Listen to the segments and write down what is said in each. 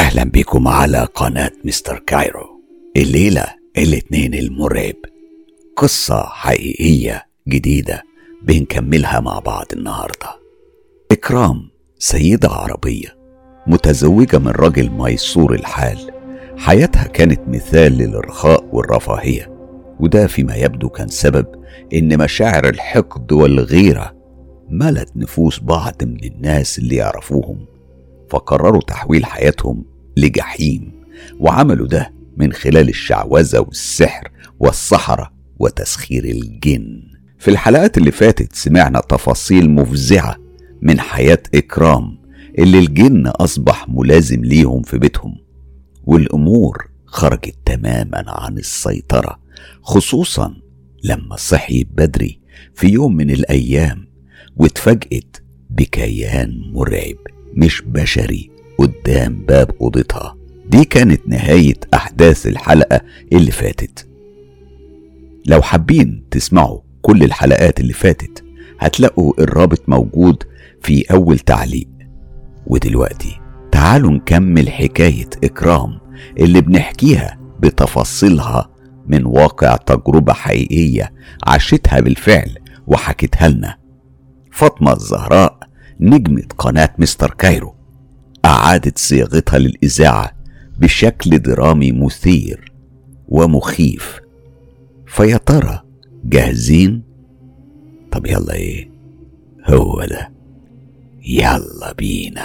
أهلا بكم على قناة مستر كايرو. الليلة الاثنين المرعب، قصة حقيقية جديدة بنكملها مع بعض النهاردة. إكرام سيدة عربية متزوجة من راجل ميسور الحال، حياتها كانت مثال للرخاء والرفاهية، وده فيما يبدو كان سبب إن مشاعر الحقد والغيرة ملت نفوس بعض من الناس اللي يعرفوهم، فقرروا تحويل حياتهم لجحيم، وعملوا ده من خلال الشعوذة والسحر والسحرة وتسخير الجن. في الحلقات اللي فاتت سمعنا تفاصيل مفزعة من حياة إكرام اللي الجن أصبح ملازم ليهم في بيتهم، والأمور خرجت تماما عن السيطرة، خصوصا لما صحي بدري في يوم من الأيام واتفاجئت بكيان مرعب مش بشري قدام باب أوضتها. دي كانت نهاية أحداث الحلقة اللي فاتت. لو حابين تسمعوا كل الحلقات اللي فاتت هتلاقوا الرابط موجود في أول تعليق. ودلوقتي تعالوا نكمل حكاية إكرام اللي بنحكيها بتفاصيلها من واقع تجربة حقيقية عاشتها بالفعل وحكتها لنا فاطمة الزهراء، نجمة قناة مستر كايرو. أعادت صياغتها للإذاعة بشكل درامي مثير ومخيف. فيا ترى جاهزين؟ طب يلا، ايه هو ده؟ يلا بينا.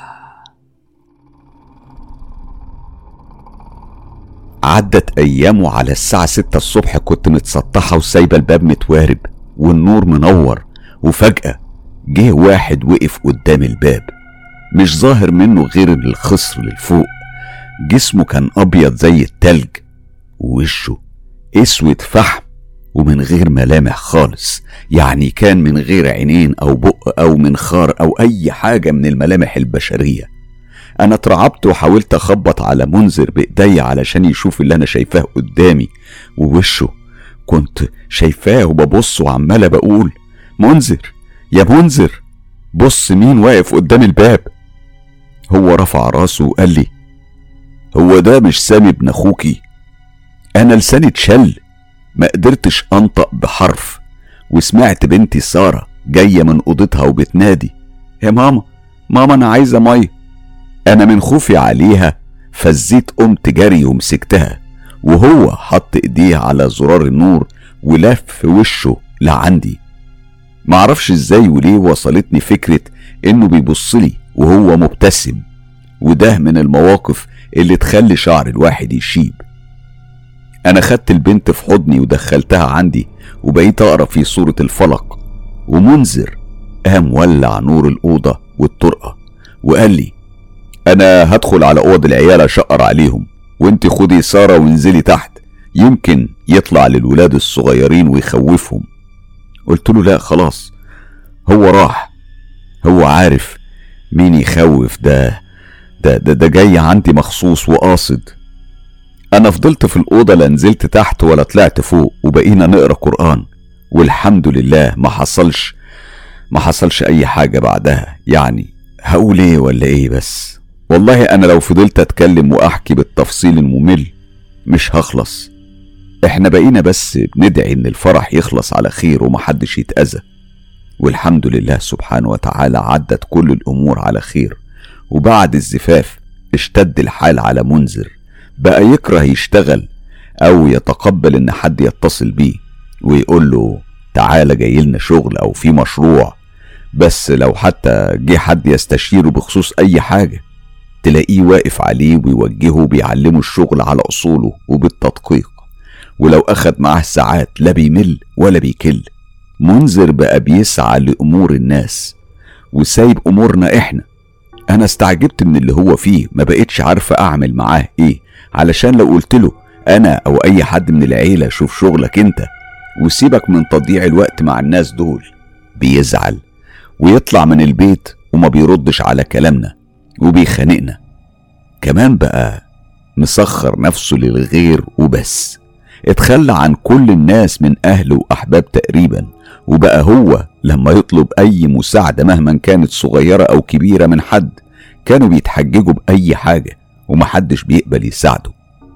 عدت أيامه على الساعة 6 الصبح، كنت متسطحة وسايبة الباب متوارب والنور منور، وفجأة جه واحد وقف قدام الباب، مش ظاهر منه غير الخصر للفوق. جسمه كان أبيض زي التلج، ووشه اسود فحم ومن غير ملامح خالص، يعني كان من غير عينين أو بق أو منخار أو أي حاجة من الملامح البشرية. أنا اترعبت وحاولت أخبط على منذر بإيدي علشان يشوف اللي أنا شايفاه قدامي، ووشه كنت شايفاه وببص وعمالة بقول: منذر يا منذر، بص مين واقف قدام الباب. هو رفع راسه وقال لي: هو ده مش سامي ابن اخوكي؟ انا لساني اتشل، ما قدرتش انطق بحرف، وسمعت بنتي سارة جاية من اوضتها وبتنادي: يا ماما ماما انا عايزة مية. انا من خوفي عليها فزيت، قمت جري ومسكتها، وهو حط ايديه على زرار النور ولف وشه لعندي. معرفش ازاي وليه وصلتني فكرة انه بيبصلي وهو مبتسم، وده من المواقف اللي تخلي شعر الواحد يشيب. انا خدت البنت في حضني ودخلتها عندي وبقيت اقرا في سورة الفلق، ومنذر قام ولع نور الأوضة والطرقة وقال لي: انا هدخل على اوض العيال اشقر عليهم، وانت خدي سارة وانزلي تحت، يمكن يطلع للولاد الصغيرين ويخوفهم. قلت له: لا خلاص، هو راح، هو عارف مين يخوف، ده جاي عندي مخصوص وقاصد. انا فضلت في الأوضة، لا نزلت تحت ولا طلعت فوق، وبقينا نقرأ قرآن، والحمد لله ما حصلش اي حاجة بعدها. يعني هقول ايه ولا ايه؟ بس والله انا لو فضلت اتكلم واحكي بالتفصيل الممل مش هخلص. احنا بقينا بس بندعي ان الفرح يخلص على خير ومحدش يتأذى، والحمد لله سبحانه وتعالى عدت كل الامور على خير. وبعد الزفاف اشتد الحال على منذر، بقى يكره يشتغل او يتقبل ان حد يتصل بيه ويقول له: تعالى جايلنا شغل او في مشروع، بس لو حتى جه حد يستشيره بخصوص اي حاجة تلاقيه واقف عليه ويوجهه، بيعلمه الشغل على اصوله وبالتدقيق، ولو اخد معاه ساعات لا بيمل ولا بيكل. منذر بقى بيسعى لأمور الناس وسايب أمورنا إحنا. أنا استعجبت من اللي هو فيه، ما بقيتش عارفة أعمل معاه إيه، علشان لو قلت له أنا أو أي حد من العيلة شوف شغلك أنت وسيبك من تضييع الوقت مع الناس دول، بيزعل ويطلع من البيت وما بيردش على كلامنا وبيخانقنا. كمان بقى مسخر نفسه للغير وبس، اتخلى عن كل الناس من أهله وأحباب تقريبا، وبقى هو لما يطلب أي مساعدة مهما كانت صغيرة أو كبيرة من حد كانوا بيتحججوا بأي حاجة ومحدش بيقبل يساعده.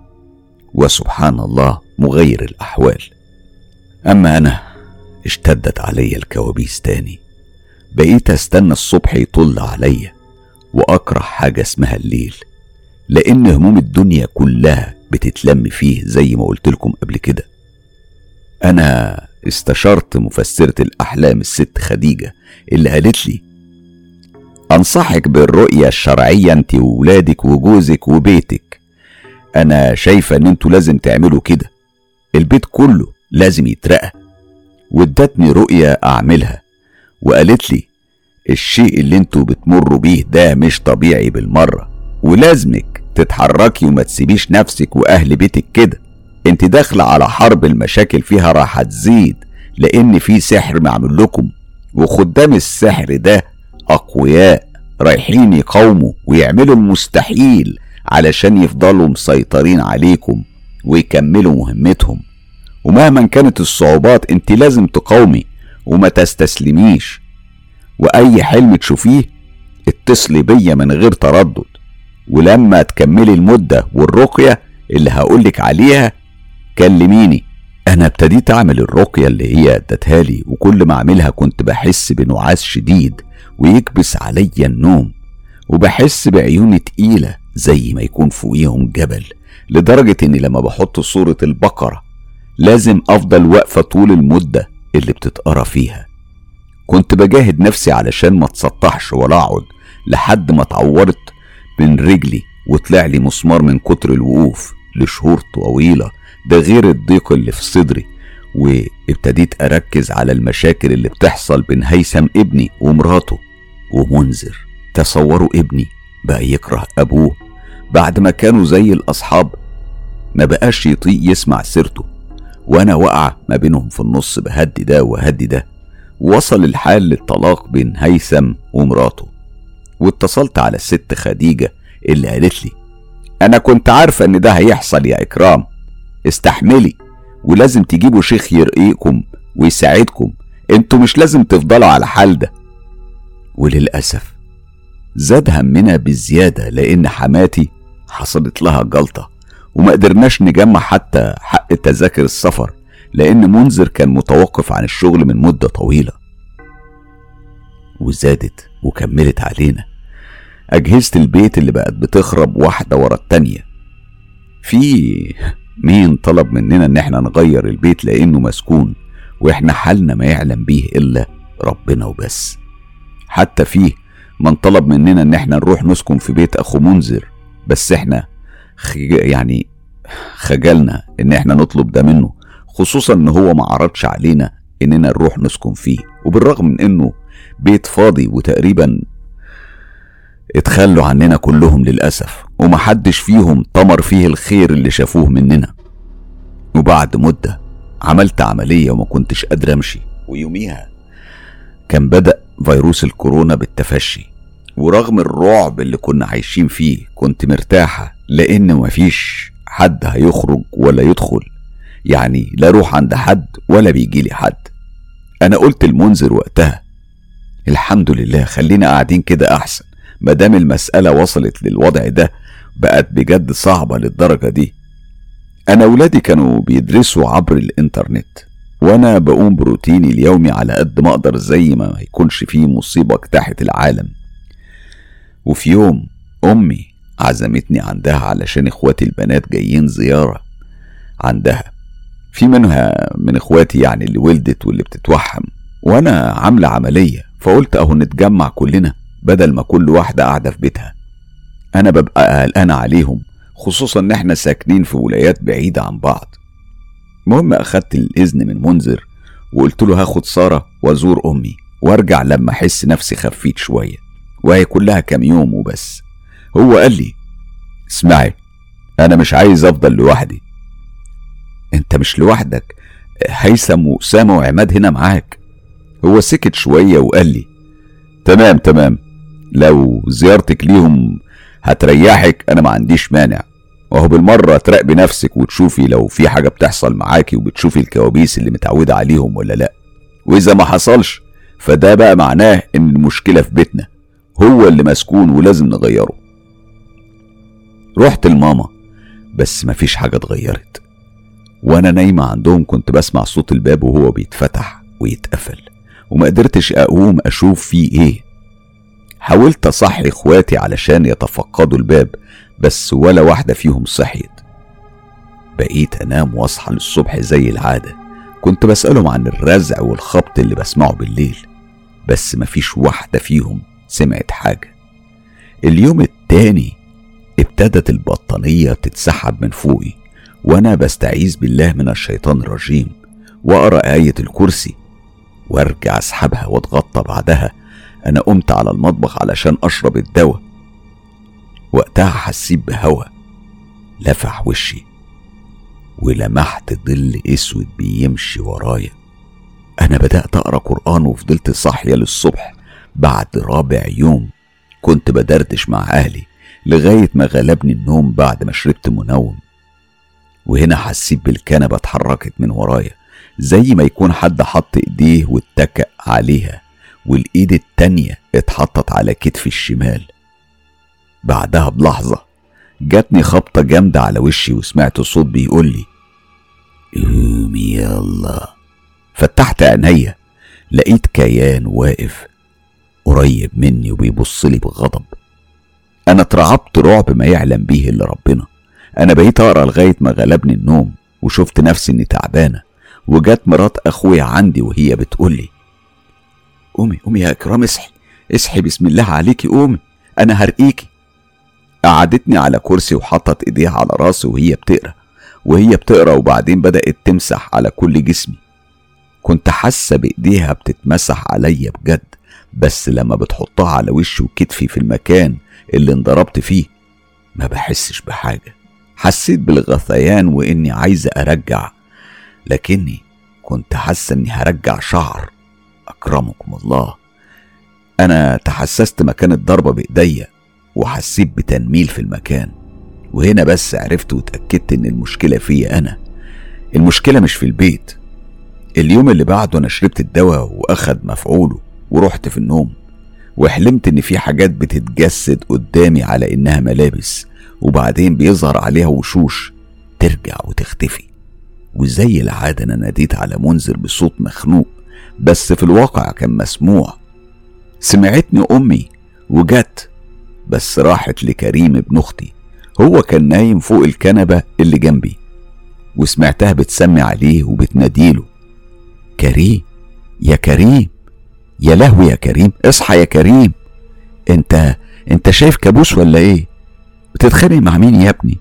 وسبحان الله مغير الأحوال. أما أنا اشتدت علي الكوابيس تاني، بقيت استنى الصبح يطل عليا وأكره حاجة اسمها الليل، لأن هموم الدنيا كلها بتتلم فيه زي ما قلت لكم قبل كده. أنا استشرت مفسرة الأحلام الست خديجة اللي قالت لي أنصحك بالرؤية الشرعية أنت وولادك وجوزك وبيتك. أنا شايفة أن أنتوا لازم تعملوا كده، البيت كله لازم يترقى. وادتني رؤية أعملها وقالت لي الشيء اللي انتوا بتمروا بيه ده مش طبيعي بالمرة، ولازمك تتحركي وما تسيبيش نفسك وأهل بيتك كده. انت داخلة على حرب، المشاكل فيها راح تزيد لأن في سحر معمول لكم، وخدام السحر ده أقوياء رايحين يقاوموا ويعملوا المستحيل علشان يفضلوا مسيطرين عليكم ويكملوا مهمتهم. ومهما كانت الصعوبات انت لازم تقاومي وما تستسلميش، وأي حلم تشوفيه اتصلي بيا من غير تردد، ولما تكملي المدة والرقية اللي هقولك عليها كلميني. أنا ابتديت أعمل الرقية اللي هي ادتها لي، وكل ما أعملها كنت بحس بنعاس شديد ويكبس عليا النوم، وبحس بعيوني تقيلة زي ما يكون فوقيهم جبل، لدرجة إني لما بحط صورة البقرة لازم أفضل واقفة طول المدة اللي بتتقرا فيها. كنت بجاهد نفسي علشان ما تسطحش ولا أقعد، لحد ما اتعورت من رجلي وطلع لي مسمار من كتر الوقوف لشهور طويلة، ده غير الضيق اللي في صدري. وابتديت أركز على المشاكل اللي بتحصل بين هيثم ابني ومراته ومنذر. تصوروا ابني بقى يكره أبوه بعد ما كانوا زي الأصحاب، ما بقاش يطيق يسمع سيرته، وأنا وقع ما بينهم في النص بهدي ده وهدي ده. وصل الحال للطلاق بين هيثم ومراته. واتصلت على الست خديجة اللي قالت لي أنا كنت عارفة إن ده هيحصل يا إكرام، استحملي ولازم تجيبوا شيخ يرقيكم ويساعدكم، انتوا مش لازم تفضلوا على حال ده. وللأسف زاد همنا بالزيادة، لأن حماتي حصلت لها جلطة وما قدرناش نجمع حتى حق تذاكر السفر، لأن منذر كان متوقف عن الشغل من مدة طويلة. وزادت وكملت علينا أجهزة البيت اللي بقت بتخرب واحدة ورا التانية. في مين طلب مننا ان احنا نغير البيت لأنه مسكون، واحنا حالنا ما يعلم بيه إلا ربنا وبس. حتى فيه من طلب مننا ان احنا نروح نسكن في بيت أخو منذر، بس احنا خجلنا ان احنا نطلب ده منه، خصوصا ان هو ما عرضش علينا اننا نروح نسكن فيه. وبالرغم من انه بيت فاضي وتقريبا اتخلوا عننا كلهم للأسف، ومحدش فيهم طمر فيه الخير اللي شافوه مننا. وبعد مدة عملت عملية وما كنتش قادر امشي، ويوميها كان بدأ فيروس الكورونا بالتفشي. ورغم الرعب اللي كنا عايشين فيه كنت مرتاحة، لأن مفيش حد هيخرج ولا يدخل، يعني لا روح عند حد ولا بيجيلي حد. أنا قلت المنذر وقتها الحمد لله خلينا قاعدين كده أحسن، مادام المسألة وصلت للوضع ده بقت بجد صعبة للدرجة دي. أنا ولادي كانوا بيدرسوا عبر الإنترنت، وأنا بقوم بروتيني اليومي على قد ما أقدر زي ما يكونش فيه مصيبة اجتاحت العالم. وفي يوم أمي عزمتني عندها علشان إخواتي البنات جايين زيارة عندها، في منها من إخواتي يعني اللي ولدت واللي بتتوحم، وأنا عاملة عملية، فقلت أهو نتجمع كلنا بدل ما كل واحدة قاعدة في بيتها. أنا ببقى قلقانة عليهم، خصوصا إن إحنا ساكنين في ولايات بعيدة عن بعض. المهم أخدت الإذن من منذر وقلت له هاخد سارة وأزور أمي وارجع لما أحس نفسي خفيت شوية، وهي كلها كام يوم وبس. هو قال لي اسمعي أنا مش عايز أفضل لوحدي. أنت مش لوحدك، هيثم وأسامة وعماد هنا معاك. هو سكت شوية وقال لي تمام لو زيارتك ليهم هتريحك أنا ما عنديش مانع، وهو بالمرة تراقبي نفسك وتشوفي لو في حاجة بتحصل معاكي، وبتشوفي الكوابيس اللي متعودة عليهم ولا لأ. وإذا ما حصلش فده بقى معناه إن المشكلة في بيتنا، هو اللي مسكون ولازم نغيره. رحت لماما بس مفيش حاجة اتغيرت. وانا نايمة عندهم كنت بسمع صوت الباب وهو بيتفتح ويتقفل، وما قدرتش اقوم اشوف فيه ايه. حاولت اصحي اخواتي علشان يتفقدوا الباب بس ولا واحدة فيهم صحيت. بقيت انام واصحى للصبح زي العادة، كنت بسألهم عن الرزع والخبط اللي بسمعه بالليل بس مفيش واحدة فيهم سمعت حاجة. اليوم التاني ابتدت البطانية تتسحب من فوقي وانا بستعيذ بالله من الشيطان الرجيم واقرأ آية الكرسي وارجع اسحبها واتغطى. بعدها انا قمت على المطبخ علشان اشرب الدواء. وقتها حسيت بهوا لفح وشي ولمحت ظل اسود بيمشي ورايا. انا بدأت اقرأ قرآن وفضلت صاحية للصبح. بعد رابع يوم كنت بدردش مع اهلي لغاية ما غلبني النوم بعد ما شربت منوم. وهنا حسيت بالكنبة اتحركت من ورايا زي ما يكون حد حط ايديه واتكأ عليها، والايد التانية اتحطت على كتفي الشمال. بعدها بلحظة جاتني خبطة جامدة على وشي وسمعت صوت بيقولي قومي يلا. فتحت عينيا لقيت كيان واقف قريب مني وبيبصلي بغضب. انا اترعبت رعب ما يعلم به الا ربنا. انا بقيت اقرا لغايه ما غلبني النوم وشفت نفسي اني تعبانه، وجات مرات اخويا عندي وهي بتقولي قومي يا اكرام، اصحي بسم الله عليكي، قومي انا هرقيكي. قعدتني على كرسي وحطت ايديها على راسي وهي بتقرا وبعدين بدأت تمسح على كل جسمي. كنت حاسه بايديها بتتمسح عليا بجد، بس لما بتحطها على وشي وكتفي في المكان اللي انضربت فيه ما بحسش بحاجة. حسيت بالغثيان واني عايزة ارجع، لكني كنت حاسة اني هرجع شعر. اكرمكم الله، انا تحسست مكان الضربة بايديا وحسيت بتنميل في المكان. وهنا بس عرفت وتأكدت ان المشكلة فيا انا، المشكلة مش في البيت. اليوم اللي بعده انا شربت الدواء واخد مفعوله ورحت في النوم، وحلمت ان في حاجات بتتجسد قدامي على انها ملابس، وبعدين بيظهر عليها وشوش ترجع وتختفي. وزي العادة انا ناديت على منذر بصوت مخنوق بس في الواقع كان مسموع. سمعتني امي وجت، بس راحت لكريم ابن اختي، هو كان نايم فوق الكنبة اللي جنبي، وسمعتها بتسمي عليه وبتناديله كريم يا كريم، يا لهوي يا كريم اصحى يا كريم، انت شايف كابوس ولا ايه؟ بتتخانق مع مين يا ابني؟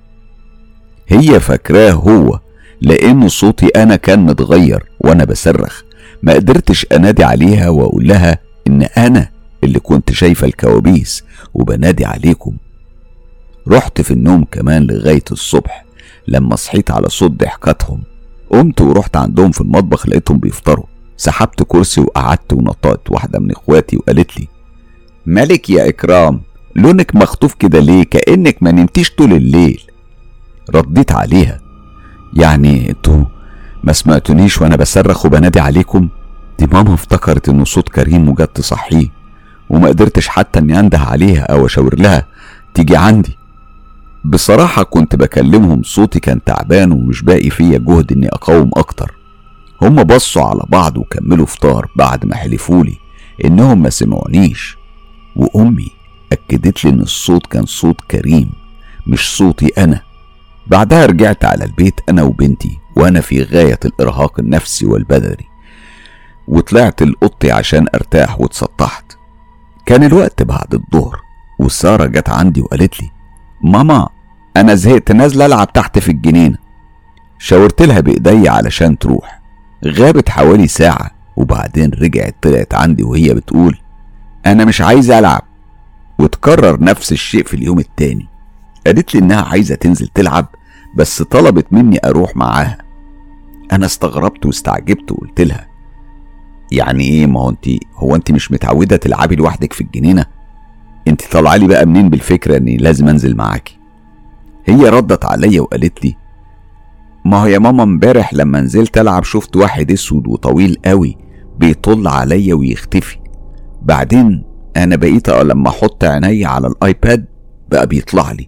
هي فاكراه هو لان صوتي انا كان متغير وانا بصرخ. ما قدرتش انادي عليها واقول لها ان انا اللي كنت شايفه الكوابيس وبنادي عليكم. رحت في النوم كمان لغاية الصبح. لما صحيت على صوت ضحكاتهم قمت ورحت عندهم في المطبخ لقيتهم بيفطروا. سحبت كرسي وقعدت ونطقت واحدة من اخواتي وقالت لي مالك يا اكرام، لونك مخطوف كده ليه؟ كأنك ما نمتيش طول الليل. رديت عليها يعني انتوا ما سمعتونيش وانا بصرخ وبنادي عليكم؟ دي ماما افتكرت انه صوت كريم وجت تصحيه، وما قدرتش حتى اني انده عليها او اشاور لها تيجي عندي. بصراحة كنت بكلمهم صوتي كان تعبان ومش باقي فيا جهد اني اقاوم اكتر. هم بصوا على بعض وكملوا فطار بعد ما حلفولي انهم ما سمعونيش. وامي اكدت لي ان الصوت كان صوت كريم مش صوتي انا. بعدها رجعت على البيت انا وبنتي وانا في غاية الارهاق النفسي والبدني، وطلعت لأوضتي عشان ارتاح واتسطحت. كان الوقت بعد الظهر وسارة جت عندي وقالت لي ماما انا زهقت نازله العب تحت في الجنينه. شاورت لها بايدي علشان تروح. غابت حوالي ساعه وبعدين رجعت طلعت عندي وهي بتقول انا مش عايزه العب. وتكرر نفس الشيء في اليوم التاني. قالت لي انها عايزه تنزل تلعب بس طلبت مني اروح معاها. انا استغربت واستعجبت وقلت لها يعني ايه؟ ما هو انت مش متعوده تلعبي لوحدك في الجنينه؟ انت طالعه لي بقى منين بالفكره اني لازم انزل معاكي؟ هي ردت عليا وقالت لي ما هو يا ماما امبارح لما نزلت العب شفت واحد اسود وطويل قوي بيطل عليا ويختفي، بعدين انا بقيت لما احط عيني على الايباد بقى بيطلع لي،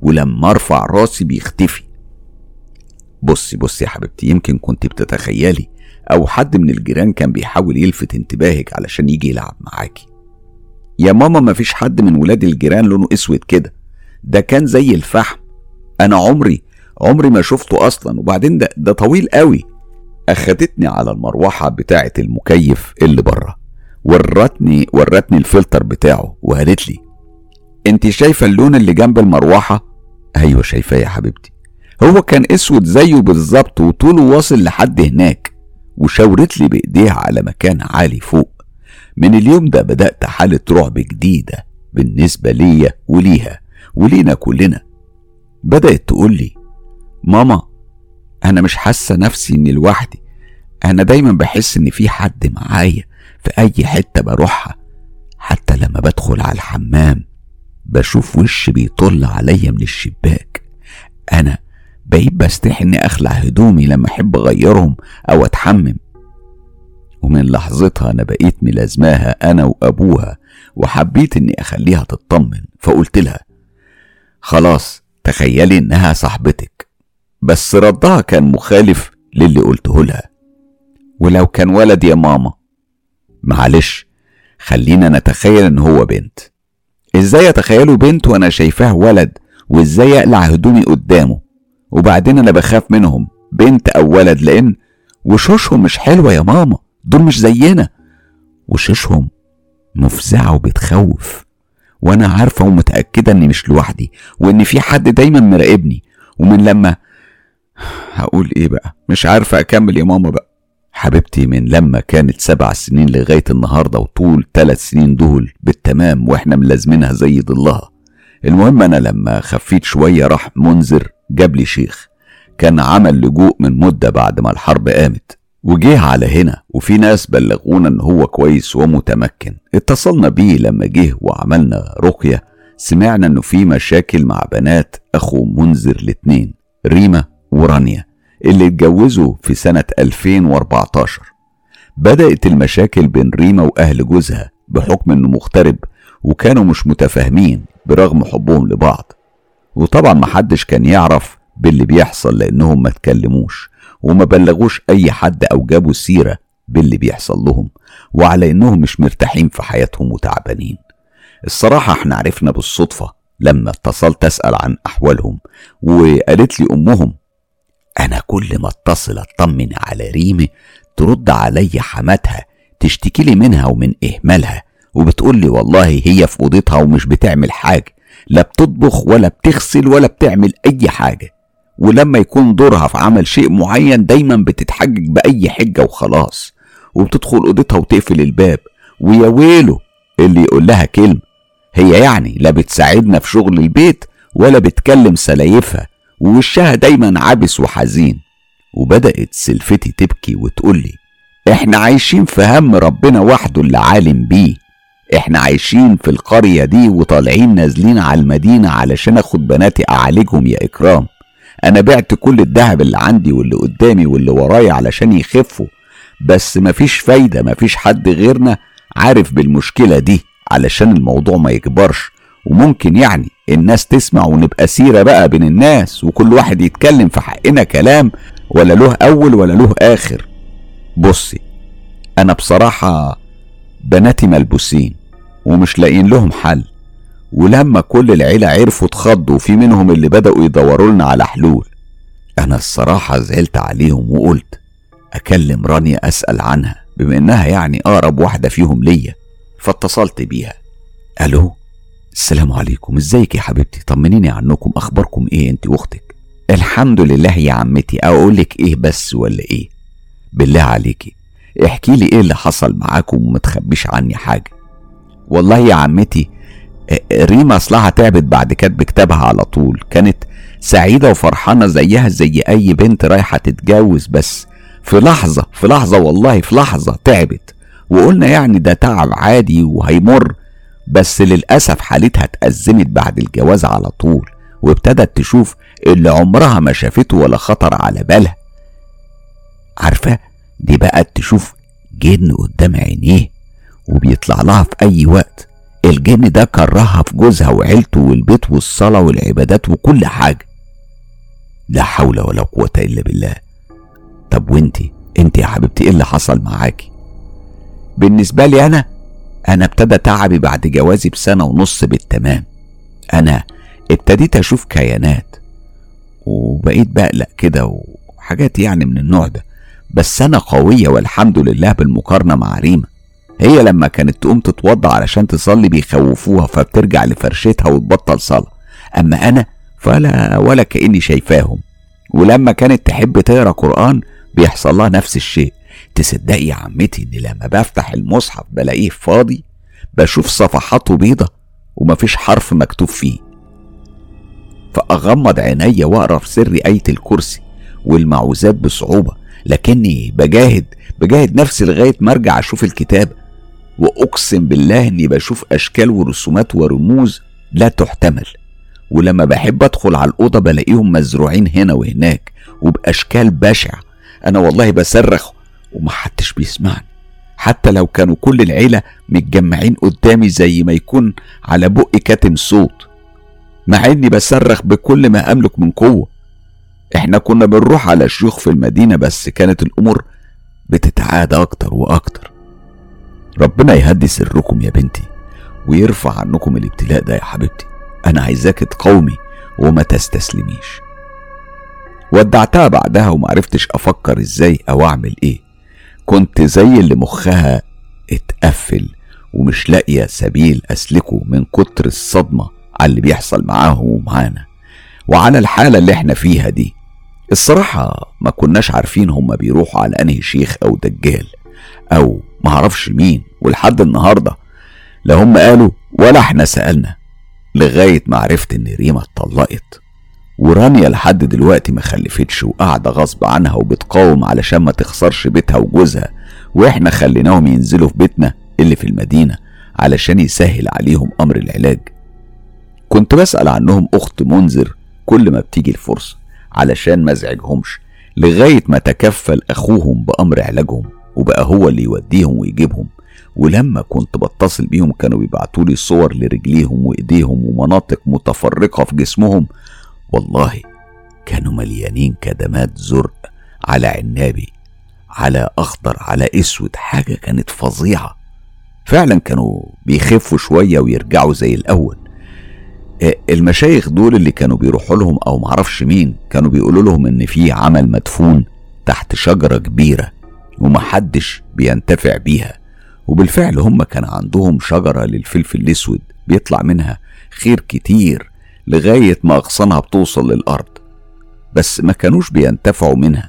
ولما ارفع راسي بيختفي. بصي يا حبيبتي، يمكن كنت بتتخيلي او حد من الجيران كان بيحاول يلفت انتباهك علشان يجي يلعب معاكي. يا ماما مفيش حد من ولاد الجيران لونه اسود كده، ده كان زي الفحم. انا عمري ما شفته اصلا، وبعدين ده طويل قوي. اخدتني على المروحة بتاعة المكيف اللي بره، ورتني الفلتر بتاعه وقالت لي انت شايفة اللون اللي جنب المروحة؟ ايوه شايفاه يا حبيبتي، هو كان اسود زيه بالظبط وطوله واصل لحد هناك. وشاورت لي بايديها على مكان عالي فوق. من اليوم ده بدأت حالة رعب جديدة بالنسبة ليا وليها ولينا كلنا. بدأت تقول لي ماما انا مش حاسة نفسي اني لوحدي، انا دايما بحس ان في حد معايا في اي حتة بروحها، حتى لما بدخل على الحمام بشوف وش بيطل عليا من الشباك. انا بقيت بستحي اني اخلع هدومي لما احب اغيرهم او اتحمم. ومن لحظتها انا بقيت ملازماها انا وابوها، وحبيت اني اخليها تطمن. فقلت لها خلاص تخيلي انها صاحبتك. بس ردها كان مخالف للي قلته لها. ولو كان ولد يا ماما؟ معلش خلينا نتخيل ان هو بنت. ازاي اتخيله بنت وانا شايفاه ولد؟ وازاي اقلع هدومي قدامه؟ وبعدين انا بخاف منهم بنت او ولد لان وشوشهم مش حلوة يا ماما، دول مش زينا، وشوشهم مفزعة وبتخوف. وانا عارفة ومتأكدة اني مش لوحدي وان في حد دايما مراقبني. ومن لما هقول ايه بقى، مش عارفة اكمل يا ماما بقى. حبيبتي من لما كانت 7 سنين لغاية النهاردة، وطول 3 سنين دول بالتمام واحنا ملازمينها زي ضلها. المهم انا لما خفيت شوية راح منذر جاب لي شيخ كان عمل لجوء من مدة بعد ما الحرب قامت، وجيه على هنا، وفي ناس بلغونا ان هو كويس ومتمكن. اتصلنا بيه لما جه وعملنا رقية. سمعنا انه في مشاكل مع بنات اخو منذر الاتنين، ريما ورانيا، اللي اتجوزوا في سنة 2014. بدأت المشاكل بين ريما واهل جوزها بحكم انه مغترب، وكانوا مش متفاهمين برغم حبهم لبعض. وطبعا محدش كان يعرف باللي بيحصل لانهم ما تكلموش وما بلغوش اي حد او جابوا سيرة باللي بيحصل لهم، وعلى انهم مش مرتاحين في حياتهم وتعبانين. الصراحة احنا عرفنا بالصدفة لما اتصلت اسأل عن احوالهم، وقالت لي امهم انا كل ما اتصل اطمن على ريمة ترد علي حماتها تشتكي لي منها ومن اهمالها، وبتقول لي والله هي في اوضتها ومش بتعمل حاجة، لا بتطبخ ولا بتغسل ولا بتعمل اي حاجة، ولما يكون دورها في عمل شيء معين دايما بتتحجج بأي حجة وخلاص، وبتدخل اوضتها وتقفل الباب. ويا ويله اللي يقول لها كلمة. هي يعني لا بتساعدنا في شغل البيت ولا بتكلم سلايفها، ووشها دايما عابس وحزين. وبدأت سلفتي تبكي وتقول لي احنا عايشين في هم ربنا وحده اللي عالم بيه. احنا عايشين في القرية دي وطالعين نازلين على المدينة علشان اخد بناتي اعالجهم يا اكرام. انا بعت كل الذهب اللي عندي واللي قدامي واللي ورايا علشان يخفوا، بس مفيش فايدة، مفيش حد غيرنا عارف بالمشكلة دي علشان الموضوع ما يكبرش، وممكن يعني الناس تسمع ونبقى سيرة بقى بين الناس وكل واحد يتكلم في حقنا كلام ولا له اول ولا له اخر. بصي انا بصراحة بناتي ملبوسين ومش لاقيين لهم حل، ولما كل العيلة عرفوا اتخضوا، وفي منهم اللي بدأوا يدوروا لنا على حلول. انا الصراحة زعلت عليهم وقلت اكلم رانيا اسأل عنها بما انها يعني اقرب واحدة فيهم ليا. فاتصلت بيها. الو السلام عليكم، ازيك يا حبيبتي؟ طمنيني عنكم، اخباركم ايه انت واختك؟ الحمد لله يا عمتي. اقولك ايه بس ولا ايه؟ بالله عليكي احكي لي ايه اللي حصل معاكم وما تخبيش عني حاجة. والله يا عمتي ريما اصلها تعبت بعد كتب كتابها على طول، كانت سعيدة وفرحانة زيها زي اي بنت رايحة تتجوز، بس في لحظة والله في لحظة تعبت، وقلنا يعني ده تعب عادي وهيمر. بس للأسف حالتها اتأزمت بعد الجواز على طول، وابتدت تشوف اللي عمرها ما شافته ولا خطر على بالها. عارفة دي بقت تشوف جن قدام عينيه وبيطلع لها في اي وقت. الجن ده كرهها في جوزها وعيلته والبيت والصلاة والعبادات وكل حاجة. لا حول ولا قوة إلا بالله. طب وانتي يا حبيبتي ايه اللي حصل معاكي؟ بالنسبة لي أنا ابتدى تعبي بعد جوازي بسنة ونص بالتمام. أنا ابتديت أشوف كيانات وبقيت بقلق كده وحاجات يعني من النوع ده، بس أنا قوية والحمد لله بالمقارنة مع ريما. هي لما كانت تقوم تتوضى علشان تصلي بيخوفوها فبترجع لفرشتها وتبطل صلاة، أما أنا فلا ولا كأني شايفاهم. ولما كانت تحب تقرأ قرآن بيحصل لها نفس الشيء. تصدقي يا عمتي إن لما بفتح المصحف بلاقيه فاضي، بشوف صفحاته بيضة ومفيش حرف مكتوب فيه، فأغمض عيني وأقرأ في سر آية الكرسي والمعوذات بصعوبة، لكني بجاهد نفسي لغاية ما أرجع أشوف الكتاب، وأقسم بالله إني بشوف أشكال ورسومات ورموز لا تحتمل. ولما بحب أدخل على الأوضة بلاقيهم مزروعين هنا وهناك وبأشكال بشعة. أنا والله بصرخ ومحدش بيسمعني، حتى لو كانوا كل العيلة متجمعين قدامي زي ما يكون على بقي كاتم صوت، مع إني بصرخ بكل ما أملك من قوة. إحنا كنا بنروح على شيوخ في المدينة بس كانت الأمور بتتعاد أكتر وأكتر. ربنا يهدي سركم يا بنتي ويرفع عنكم الابتلاء ده يا حبيبتي. أنا عايزاك تقاومي وما تستسلميش. ودعتها بعدها ومعرفتش أفكر إزاي أو أعمل إيه. كنت زي اللي مخها اتقفل ومش لاقية سبيل أسلكه من كتر الصدمة على اللي بيحصل معاهم ومعانا وعلى الحالة اللي احنا فيها دي. الصراحة ما كناش عارفين هما بيروحوا على أنهي شيخ أو دجال أو معرفش مين، ولحد النهاردة لا هم قالوا ولا احنا سألنا، لغاية ما عرفت ان ريما اتطلقت ورانيا لحد دلوقتي ما خلفتش وقاعدة غصب عنها وبتقاوم علشان ما تخسرش بيتها وجوزها، واحنا خليناهم ينزلوا في بيتنا اللي في المدينة علشان يسهل عليهم امر العلاج. كنت بسأل عنهم اخت منذر كل ما بتيجي الفرصة علشان ما ازعجهمش، لغاية ما تكفل اخوهم بامر علاجهم وبقى هو اللي يوديهم ويجيبهم. ولما كنت بتصل بيهم كانوا بيبعتولي صور لرجليهم وايديهم ومناطق متفرقة في جسمهم، والله كانوا مليانين كدمات زرق على عنابي على اخضر على اسود، حاجة كانت فظيعة. فعلا كانوا بيخفوا شوية ويرجعوا زي الاول. المشايخ دول اللي كانوا بيروحوا لهم او معرفش مين كانوا بيقولوا لهم ان في عمل مدفون تحت شجرة كبيرة ومحدش بينتفع بيها، وبالفعل هم كان عندهم شجرة للفلفل الاسود بيطلع منها خير كتير لغاية ما اغصانها بتوصل للارض، بس ما كانوش بينتفعوا منها.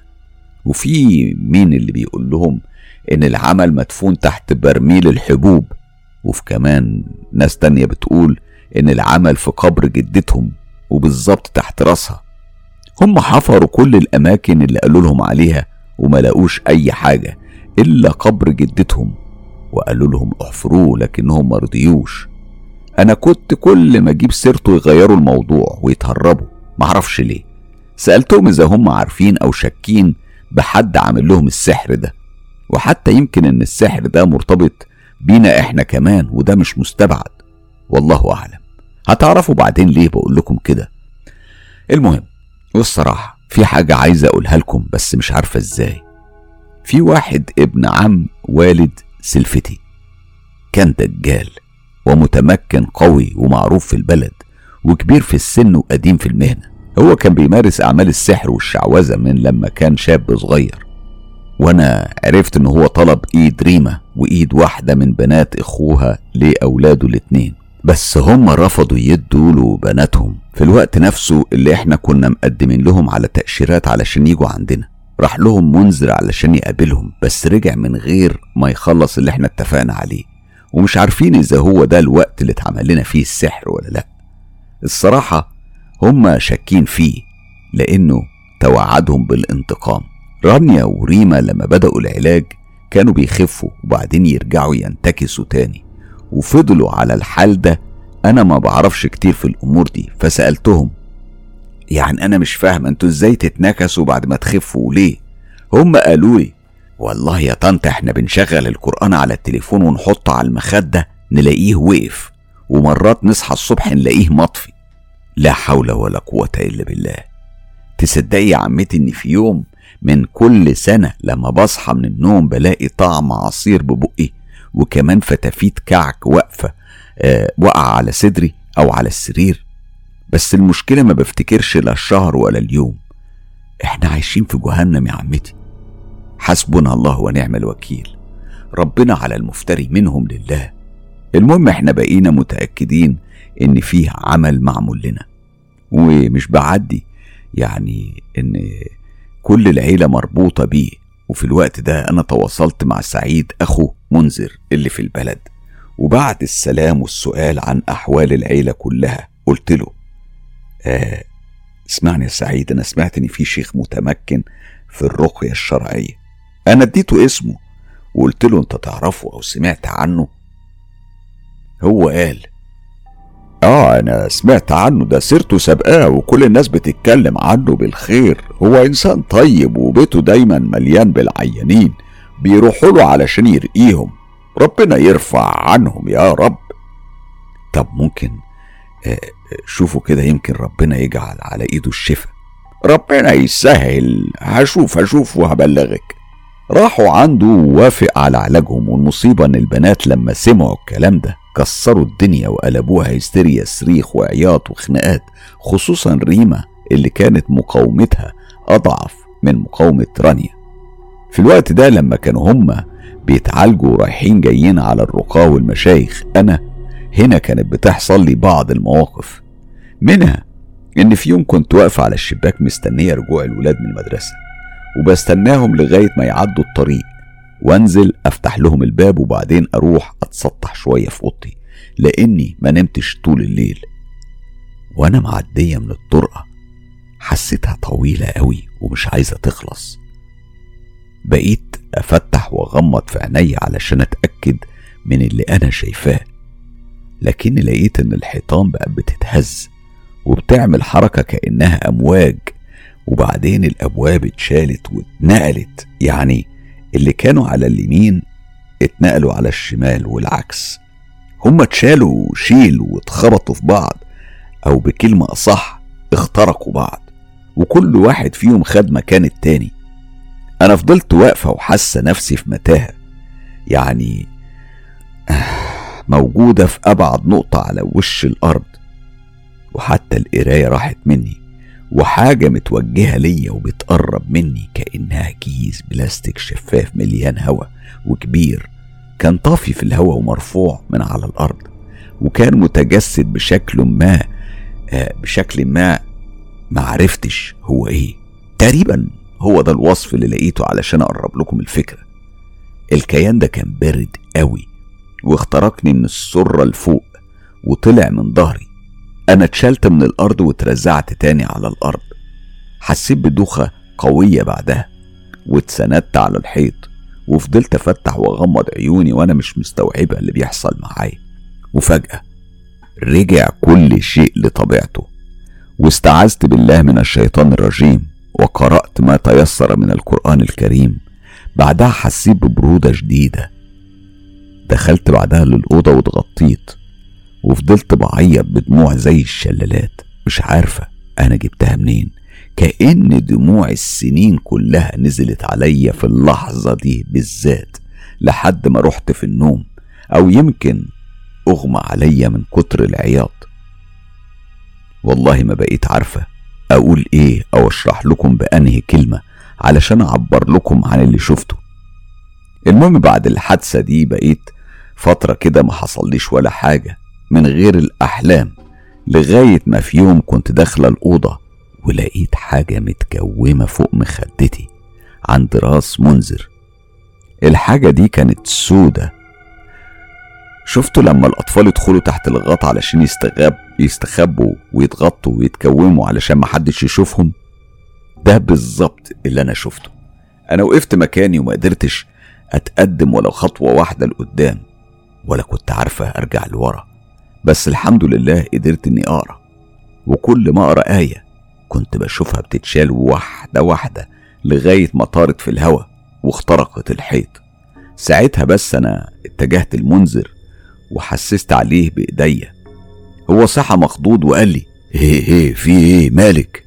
وفي مين اللي بيقول لهم ان العمل مدفون تحت برميل الحبوب، وفي كمان ناس تانية بتقول ان العمل في قبر جدتهم وبالظبط تحت راسها. هم حفروا كل الاماكن اللي قالوا لهم عليها وما لقوش اي حاجة الا قبر جدتهم، وقالوا لهم احفروه لكنهم مرضيوش. انا كنت كل ما اجيب سيرته يغيروا الموضوع ويتهربوا، معرفش ليه. سألتهم اذا هم عارفين او شاكين بحد عامل لهم السحر ده، وحتى يمكن ان السحر ده مرتبط بينا احنا كمان وده مش مستبعد، والله اعلم. هتعرفوا بعدين ليه بقول لكم كده. المهم، والصراحة في حاجة عايزة اقولها لكم بس مش عارفة ازاي. في واحد ابن عم والد سلفتي كان دجال ومتمكن قوي ومعروف في البلد وكبير في السن وقديم في المهنة. هو كان بيمارس اعمال السحر والشعوذة من لما كان شاب صغير، وانا عرفت ان هو طلب ايد ريما وايد واحدة من بنات اخوها لاولاده الاتنين، بس هم رفضوا يدوا له بناتهم في الوقت نفسه اللي احنا كنا مقدمين لهم على تأشيرات علشان يجوا عندنا. راح لهم منذر علشان يقابلهم بس رجع من غير ما يخلص اللي احنا اتفقنا عليه، ومش عارفين اذا هو ده الوقت اللي اتعمل لنا فيه السحر ولا لا. الصراحة هم شاكين فيه لانه توعدهم بالانتقام. رانيا وريما لما بدأوا العلاج كانوا بيخفوا وبعدين يرجعوا ينتكسوا تاني، وفضلوا على الحال ده. انا ما بعرفش كتير في الامور دي فسألتهم يعني انا مش فاهم انتوا ازاي تتنكسوا بعد ما تخفوا ليه؟ هم قالوا لي والله يا طنط احنا بنشغل القرآن على التليفون ونحطه على المخدة نلاقيه وقف، ومرات نصحى الصبح نلاقيه مطفي. لا حول ولا قوة إلا بالله. تصدقي يا عمتي إن في يوم من كل سنة لما بصحى من النوم بلاقي طعم عصير ببقي، وكمان فتافيت كعك واقفة وقع على صدري أو على السرير. بس المشكلة ما بفتكرش لا الشهر ولا اليوم. احنا عايشين في جهنم يا عمتي. حسبنا الله ونعم الوكيل، ربنا على المفتري منهم لله. المهم احنا بقينا متأكدين ان فيه عمل معمول لنا، ومش بعدي يعني ان كل العيلة مربوطة بيه. وفي الوقت ده انا تواصلت مع سعيد اخو منذر اللي في البلد، وبعد السلام والسؤال عن احوال العيلة كلها قلت له اسمعني يا سعيد، انا سمعت ان في شيخ متمكن في الرقية الشرعية. انا اديته اسمه وقلت له انت تعرفه او سمعت عنه؟ هو قال انا سمعت عنه، ده سيرته سابقاه وكل الناس بتتكلم عنه بالخير. هو انسان طيب وبيته دايما مليان بالعيانين بيروحوا له علشان يرقيهم، ربنا يرفع عنهم يا رب. طب ممكن شوفوا كده، يمكن ربنا يجعل على ايده الشفاء. ربنا يسهل، هشوف وهبلغك. راحوا عنده ووافق على علاجهم، والمصيبة ان البنات لما سمعوا الكلام ده كسروا الدنيا وقلبوها هستيريا، صريخ وعياط وخناقات، خصوصا ريما اللي كانت مقاومتها اضعف من مقاومة رانيا. في الوقت ده لما كانوا هما بيتعالجوا رايحين جايين على الرقاة والمشايخ، انا هنا كانت بتحصل لي بعض المواقف، منها ان في يوم كنت واقف على الشباك مستنية رجوع الولاد من المدرسة، وبستناهم لغاية ما يعدوا الطريق وانزل افتح لهم الباب، وبعدين اروح اتسطح شوية في اوضتي لاني ما نمتش طول الليل. وانا معدية من الطرقة حسيتها طويلة قوي ومش عايزة تخلص. بقيت افتح واغمض في عيني علشان اتأكد من اللي انا شايفاه، لكن لقيت ان الحيطان بقى بتتهز وبتعمل حركة كأنها امواج، وبعدين الابواب اتشالت واتنقلت، يعني اللي كانوا على اليمين اتنقلوا على الشمال والعكس. هما اتشالوا شيل واتخبطوا في بعض، او بكلمة اصح اخترقوا بعض، وكل واحد فيهم خد مكان التاني. انا فضلت واقفة وحاسة نفسي في متاهة، يعني موجودة في ابعد نقطة على وش الارض، وحتى القراية راحت مني، وحاجة متوجهة ليا وبتقرب مني كأنها كيس بلاستيك شفاف مليان هوا وكبير، كان طافي في الهوا ومرفوع من على الأرض، وكان متجسد بشكل ما معرفتش هو ايه. تقريبا هو ده الوصف اللي لقيته علشان أقرب لكم الفكرة. الكيان ده كان بارد قوي واخترقني من السرة لفوق وطلع من ظهري. انا اتشلت من الارض واترزعت تاني على الارض. حسيت بدوخة قوية بعدها واتسندت على الحيط، وفضلت افتح واغمض عيوني وانا مش مستوعبة اللي بيحصل معايا. وفجأة رجع كل شيء لطبيعته، واستعذت بالله من الشيطان الرجيم وقرأت ما تيسر من القرآن الكريم. بعدها حسيت ببرودة شديدة. دخلت بعدها للأوضة واتغطيت، وفضلت بعيط بدموع زي الشلالات، مش عارفة أنا جبتها منين، كأن دموع السنين كلها نزلت عليا في اللحظة دي بالذات لحد ما رحت في النوم، أو يمكن أغمى عليا من كتر العياط. والله ما بقيت عارفة أقول إيه أو أشرح لكم بأنهي كلمة علشان أعبر لكم عن اللي شفته. المهم بعد الحادثة دي بقيت فترة كده ما حصليش ولا حاجة من غير الأحلام، لغاية ما في يوم كنت داخلة الأوضة ولقيت حاجة متكومة فوق مخدتي عند راس منذر. الحاجة دي كانت سودة. شفتوا لما الأطفال يدخلوا تحت الغطا علشان يستخبوا ويتغطوا ويتكوموا علشان محدش يشوفهم؟ ده بالظبط اللي أنا شفته. أنا وقفت مكاني وما قدرتش أتقدم ولو خطوة واحدة لقدام، ولا كنت عارفة أرجع لورا، بس الحمد لله قدرت إني أقرأ، وكل ما أقرأ آية كنت بشوفها بتتشال واحدة واحدة لغاية ما طارت في الهوا واخترقت الحيط. ساعتها بس أنا اتجهت المنذر وحسست عليه بإيديا هو صحى مخضوض وقال لي هي في ايه مالك؟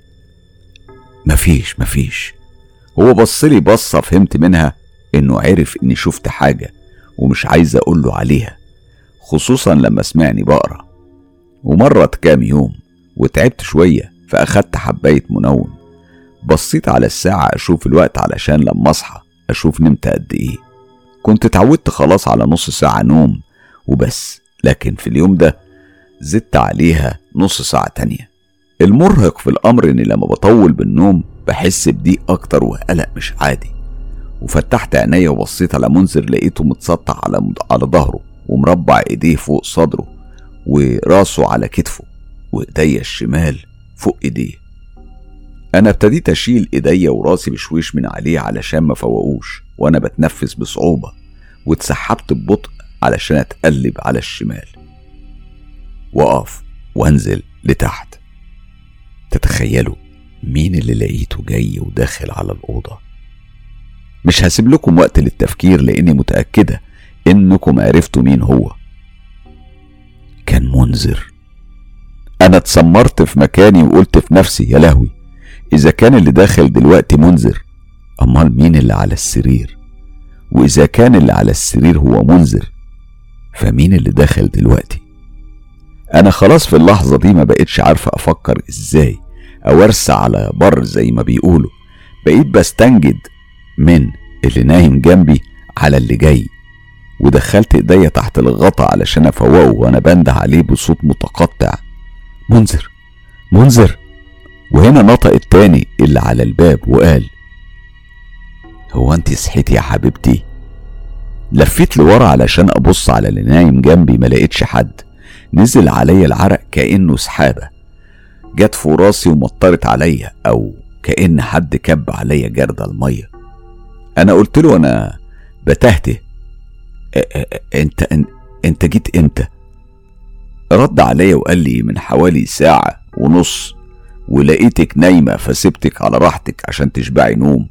مفيش. هو بصلي بصة فهمت منها انه عرف اني شفت حاجة ومش عايز اقوله عليها، خصوصا لما سمعني بقرا. ومرت كام يوم وتعبت شوية فاخدت حباية منوم. بصيت على الساعة اشوف الوقت علشان لما اصحى اشوف نمت قد ايه. كنت اتعودت خلاص على نص ساعة نوم وبس، لكن في اليوم ده زدت عليها نص ساعة تانية. المرهق في الامر اني لما بطول بالنوم بحس بضيق اكتر وقلق مش عادي. وفتحت عينيا وبصيت على منذر، لقيته متسطح على ظهره ومربع ايديه فوق صدره وراسه على كتفه وايديا الشمال فوق ايديه. انا ابتديت اشيل ايديا وراسي بشويش من عليه علشان ما فوقوش وانا بتنفس بصعوبة، واتسحبت ببطء علشان اتقلب على الشمال واقف وانزل لتحت. تتخيلوا مين اللي لقيته جاي وداخل على الأوضة؟ مش هسيب لكم وقت للتفكير لاني متأكدة انكم عرفتوا مين هو. كان منذر. انا اتسمرت في مكاني وقلت في نفسي يا لهوي، اذا كان اللي داخل دلوقتي منذر امال مين اللي على السرير؟ واذا كان اللي على السرير هو منذر فمين اللي داخل دلوقتي؟ انا خلاص في اللحظة دي ما بقتش عارفة افكر ازاي او ارسى على بر زي ما بيقولوا. بقيت بستنجد من اللي نايم جنبي على اللي جاي، ودخلت ايديا تحت الغطا علشان افوقه وانا بنده عليه بصوت متقطع منذر. وهنا نطق التاني اللي على الباب وقال هو انت صحيتي يا حبيبتي؟ لفيت لورا علشان ابص على اللي نايم جنبي، ما لقيتش حد. نزل عليا العرق كأنه سحابة جت فوق راسي ومطرت عليا، او كأن حد كب عليا جرد المية. انا قلت له انا بتهته انت جيت امتى؟ رد عليا وقال لي من حوالي ساعة ونص، ولقيتك نايمة فسبتك على راحتك عشان تشبعي نوم.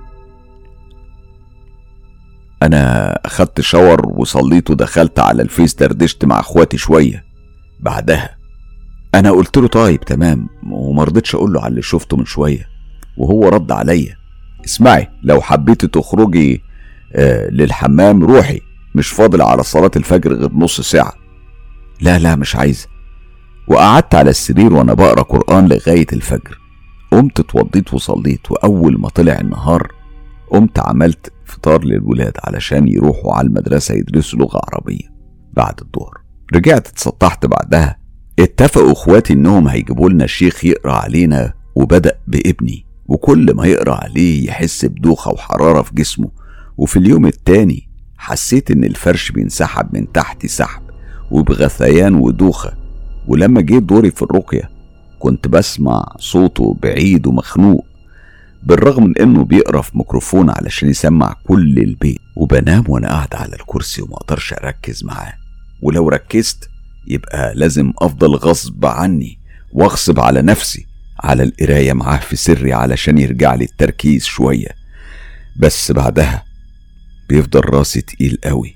انا اخدت شاور وصليت ودخلت على الفيس دردشت مع اخواتي شوية. بعدها انا قلت له طيب تمام، ومرضتش اقول له على اللي شفته من شوية. وهو رد عليا اسمعي لو حبيتي تخرجي للحمام روحي، مش فاضل على صلاة الفجر غير نص ساعة. لا مش عايزة. وقعدت على السرير وانا بقرا قرآن لغاية الفجر. قمت اتوضيت وصليت، واول ما طلع النهار قمت عملت فطار للولاد علشان يروحوا على المدرسة يدرسوا لغة عربية بعد الظهر. رجعت اتسطحت بعدها. اتفقوا اخواتي انهم هيجيبوا لنا شيخ يقرأ علينا، وبدأ بابني، وكل ما يقرأ عليه يحس بدوخة وحرارة في جسمه. وفي اليوم التاني حسيت ان الفرش بينسحب من تحتي سحب وبغثيان ودوخة. ولما جيت دوري في الرقية كنت بسمع صوته بعيد ومخنوق، بالرغم من انه بيقرأ في ميكروفون علشان يسمع كل البيت. وبنام وانا قاعد على الكرسي وما اقدرش اركز معاه، ولو ركزت يبقى لازم افضل غصب عني واغصب على نفسي على القراية معاه في سري علشان يرجع لي التركيز شوية. بس بعدها بيفضل راسي تقيل قوي.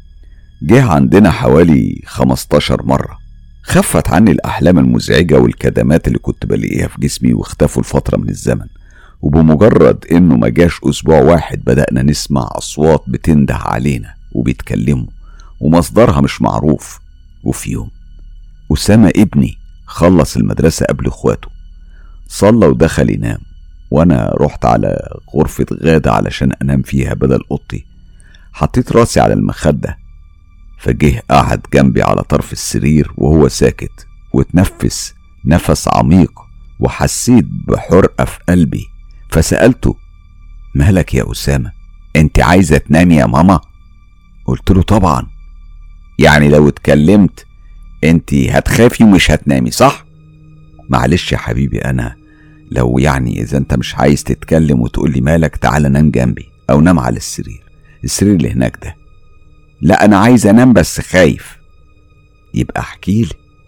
جه عندنا حوالي 15 مرة. خفت عني الأحلام المزعجة والكدمات اللي كنت بلاقيها في جسمي واختفوا لفترة من الزمن. وبمجرد انه ما جاش اسبوع واحد بدأنا نسمع اصوات بتنده علينا وبيتكلموا ومصدرها مش معروف. وفي يوم أسامة ابني خلص المدرسة قبل اخواته، صلى ودخل ينام، وانا رحت على غرفة غادة علشان انام فيها بدل اوضتي. حطيت راسي على المخدة، فجه قعد جنبي على طرف السرير وهو ساكت، وتنفس نفس عميق، وحسيت بحرقة في قلبي. فسألته مالك يا أسامة؟ انت عايزة تنامي يا ماما؟ قلت له طبعا. يعني لو اتكلمت انت هتخافي ومش هتنامي صح؟ معلش يا حبيبي، انا لو يعني اذا انت مش عايز تتكلم وتقولي مالك تعال نام جنبي او نام على السرير اللي هناك ده. لا انا عايز انام بس خايف. يبقى احكيلي.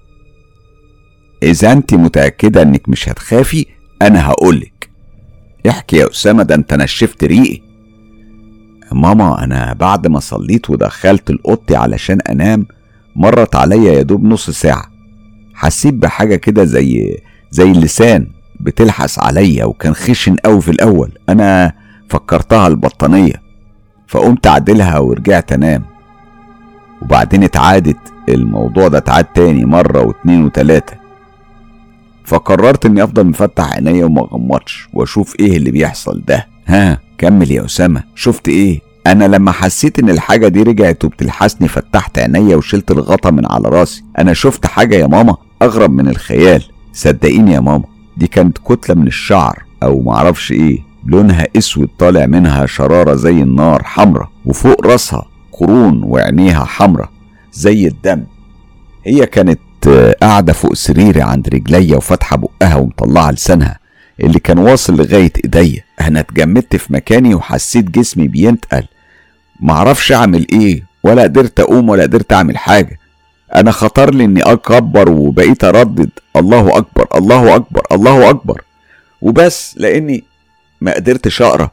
اذا انت متأكدة انك مش هتخافي انا هقولك. احكي يا أسامة، ده انت نشفت ريقي. ماما انا بعد ما صليت ودخلت الأوضتي علشان انام مرت عليا يا دوب نص ساعة، حسيت بحاجة كده زي اللسان بتلحس عليا، وكان خشن قوي في الأول. أنا فكرتها البطانية، فقمت أعدلها ورجعت أنام. وبعدين اتعادت الموضوع ده، اتعاد تاني مرة واتنين وتلاتة، فقررت اني افضل مفتح عينيا وما اغمضش واشوف ايه اللي بيحصل ده. ها كمل يا أسامة، شفت ايه؟ انا لما حسيت ان الحاجة دي رجعت وبتلحسني فتحت عينيا وشلت الغطا من على راسي. انا شفت حاجة يا ماما اغرب من الخيال، صدقيني يا ماما. دي كانت كتلة من الشعر او معرفش ايه، لونها اسود طالع منها شرارة زي النار حمرة، وفوق راسها قرون وعينيها حمرة زي الدم. هي كانت قاعدة فوق سريري عند رجليا وفتحة بقها ومطلعة لسانها اللي كان واصل لغاية ايديا. انا اتجمدت في مكاني وحسيت جسمي بينتقل، معرفش اعمل ايه، ولا قدرت اقوم ولا قدرت اعمل حاجة. انا خطر لي اني اكبر وبقيت اردد الله اكبر الله اكبر الله اكبر وبس، لاني ما قدرتش اقرا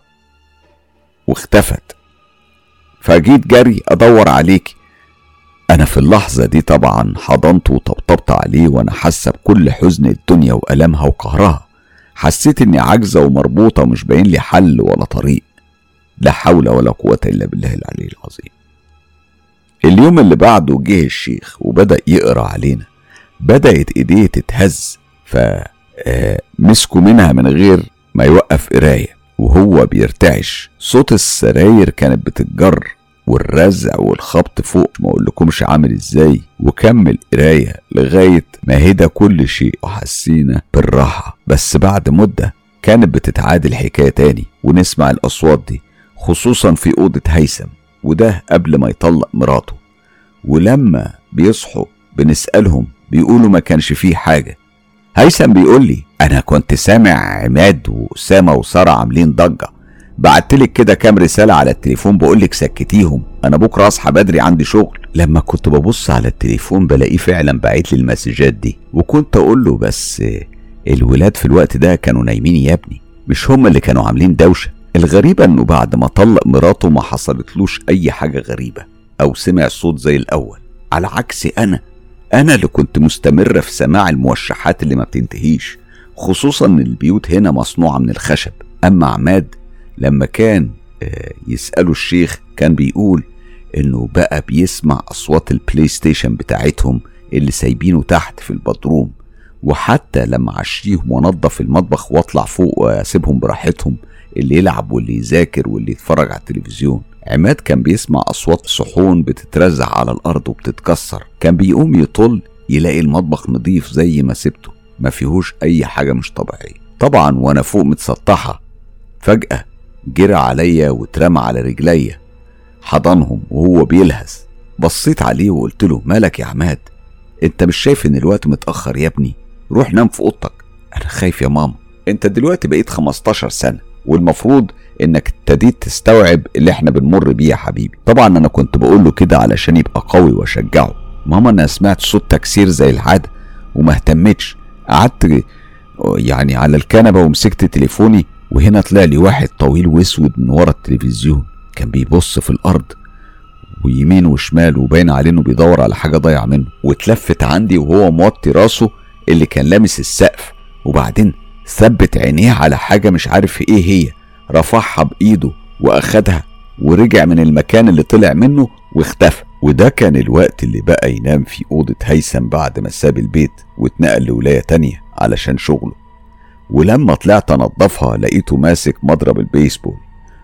واختفت. فجيت جري ادور عليكي. انا في اللحظة دي طبعا حضنت وطبطبت عليه، وانا حاسة بكل حزن الدنيا وألمها وقهرها. حسيت اني عاجزة ومربوطة، مش باين لي حل ولا طريق. لا حول ولا قوة الا بالله العلي العظيم. اليوم اللي بعده جه الشيخ وبدأ يقرأ علينا. بدأت ايديه تتهز، فمسكوا منها من غير ما يوقف قراية وهو بيرتعش. صوت السراير كانت بتتجر والرزع والخبط فوق ما اقولكمش عامل ازاي. وكمل قراية لغاية ما هدى كل شيء وحسينا بالراحة. بس بعد مدة كانت بتتعاد الحكاية تاني ونسمع الأصوات دي، خصوصا في أوضة هيثم، وده قبل ما يطلق مراته. ولما بيصحوا بنسألهم بيقولوا ما كانش فيه حاجة. هيثم بيقول لي أنا كنت سامع عماد وأسامة وسارة عاملين ضجة، بعتلك كده كام رسالة على التليفون بقولك سكتيهم، أنا بكرة أصحى بدري عندي شغل. لما كنت ببص على التليفون بلاقيه فعلا بعت لي المسجات دي، وكنت أقول له بس الولاد في الوقت ده كانوا نايمين يا ابني، مش هم اللي كانوا عاملين دوشة. الغريبة إنه بعد ما طلق مراته ما حصلتلوش أي حاجة غريبة أو سمع صوت زي الأول، على عكس أنا اللي كنت مستمرة في سماع الموشحات اللي ما بتنتهيش، خصوصا إن البيوت هنا مصنوعة من الخشب. أما عماد لما كان يسأله الشيخ كان بيقول إنه بقى بيسمع أصوات البلاي ستيشن بتاعتهم اللي سايبينه تحت في البدروم. وحتى لما عشيهم ونظف المطبخ واطلع فوق واسيبهم براحتهم، اللي يلعب واللي يذاكر واللي يتفرج على التلفزيون، عماد كان بيسمع أصوات صحون بتترزع على الأرض وبتتكسر. كان بيقوم يطل يلاقي المطبخ نظيف زي ما سبته، ما فيهوش أي حاجة مش طبيعية. طبعا وأنا فوق متسطحة فجأة جرى عليا واترمى على رجليا، حضنهم وهو بيلهث. بصيت عليه وقلت له مالك يا عماد، انت مش شايف ان الوقت متأخر يا ابني؟ روح نام في اوضتك. انا خايف يا ماما، انت دلوقتي بقيت 15 سنة والمفروض انك ابتديت تستوعب اللي احنا بنمر بيه يا حبيبي. طبعا انا كنت بقول له كده علشان يبقى قوي واشجعه. ماما انا سمعت صوت تكسير زي العادة وما اهتمتش، قعدت يعني على الكنبة ومسكت تليفوني، وهنا طلع لي واحد طويل واسود من ورا التلفزيون، كان بيبص في الارض ويمين وشمال وباين عليه انه بيدور على حاجة ضايعة منه. واتلفت عندي وهو موطي راسه اللي كان لامس السقف، وبعدين ثبت عينيه على حاجة مش عارف ايه هي، رفعها بايده واخدها ورجع من المكان اللي طلع منه واختفى. وده كان الوقت اللي بقى ينام في أوضة هيثم بعد ما ساب البيت واتنقل لولاية تانية علشان شغله. ولما طلعت انضفها لقيته ماسك مضرب البيسبول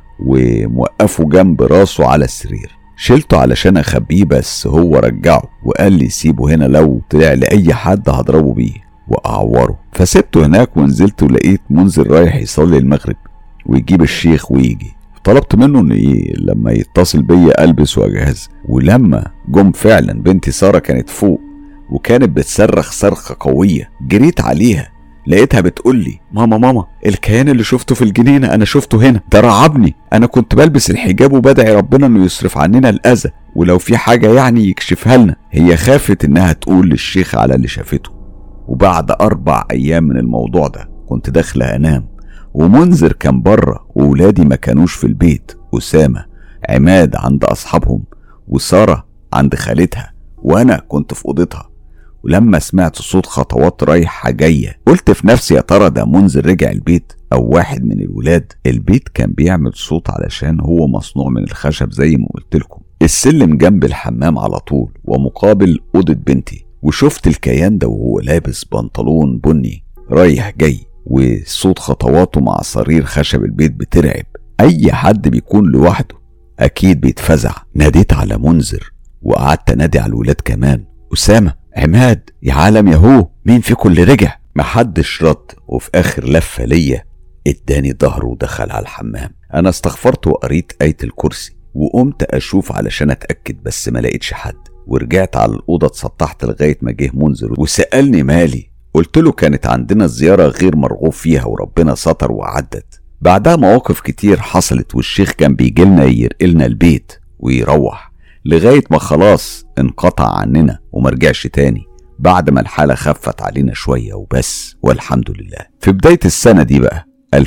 وموقفه جنب راسه على السرير. شلته علشان اخبيه، بس هو رجعه وقال لي سيبه هنا، لو طلع لأي حد هضربه بيه واعوره. فسبته هناك ونزلت ولقيت منذر رايح يصلي المغرب ويجيب الشيخ ويجي. طلبت منه ان لما يتصل بيا البس واجهز. ولما جم فعلا بنتي سارة كانت فوق وكانت بتصرخ صرخة قوية. جريت عليها لقيتها بتقولي ماما الكيان اللي شفته في الجنينة انا شفته هنا، ده رعبني. انا كنت بلبس الحجاب وبدعي ربنا انه يصرف عننا الاذى ولو في حاجة يعني يكشفها لنا. هي خافت انها تقول للشيخ على اللي شافته. وبعد 4 أيام من الموضوع ده كنت داخلة انام، ومنذر كان بره وولادي ما كانوش في البيت. أسامة عماد عند اصحابهم وسارة عند خالتها، وانا كنت في اوضتها. ولما سمعت صوت خطوات رايحة جاية قلت في نفسي يا ترى ده منذر رجع البيت أو واحد من الولاد. البيت كان بيعمل صوت علشان هو مصنوع من الخشب زي ما قلت لكم. السلم جنب الحمام على طول ومقابل أوضة بنتي، وشفت الكيان ده وهو لابس بنطلون بني رايح جاي، وصوت خطواته مع صرير خشب البيت بترعب. أي حد بيكون لوحده أكيد بيتفزع. ناديت على منذر وقعدت انادي على الولاد كمان، أسامة، عماد، يا عالم ياهو، مين فيكم اللي رجع؟ محدش رد، وفي آخر لفة ليا اداني ظهره ودخل على الحمام. أنا استغفرت وقريت آية الكرسي وقمت أشوف علشان أتأكد، بس ما لقيتش حد، ورجعت على الأوضة اتسطحت لغاية ما جه منذر وسألني مالي. قلت له كانت عندنا زيارة غير مرغوب فيها وربنا ستر وعدت. بعدها مواقف كتير حصلت، والشيخ كان بيجيلنا يرقلنا البيت ويروح لغاية ما خلاص انقطع عننا ومرجعش تاني بعد ما الحالة خفت علينا شوية وبس، والحمد لله. في بداية السنة دي بقى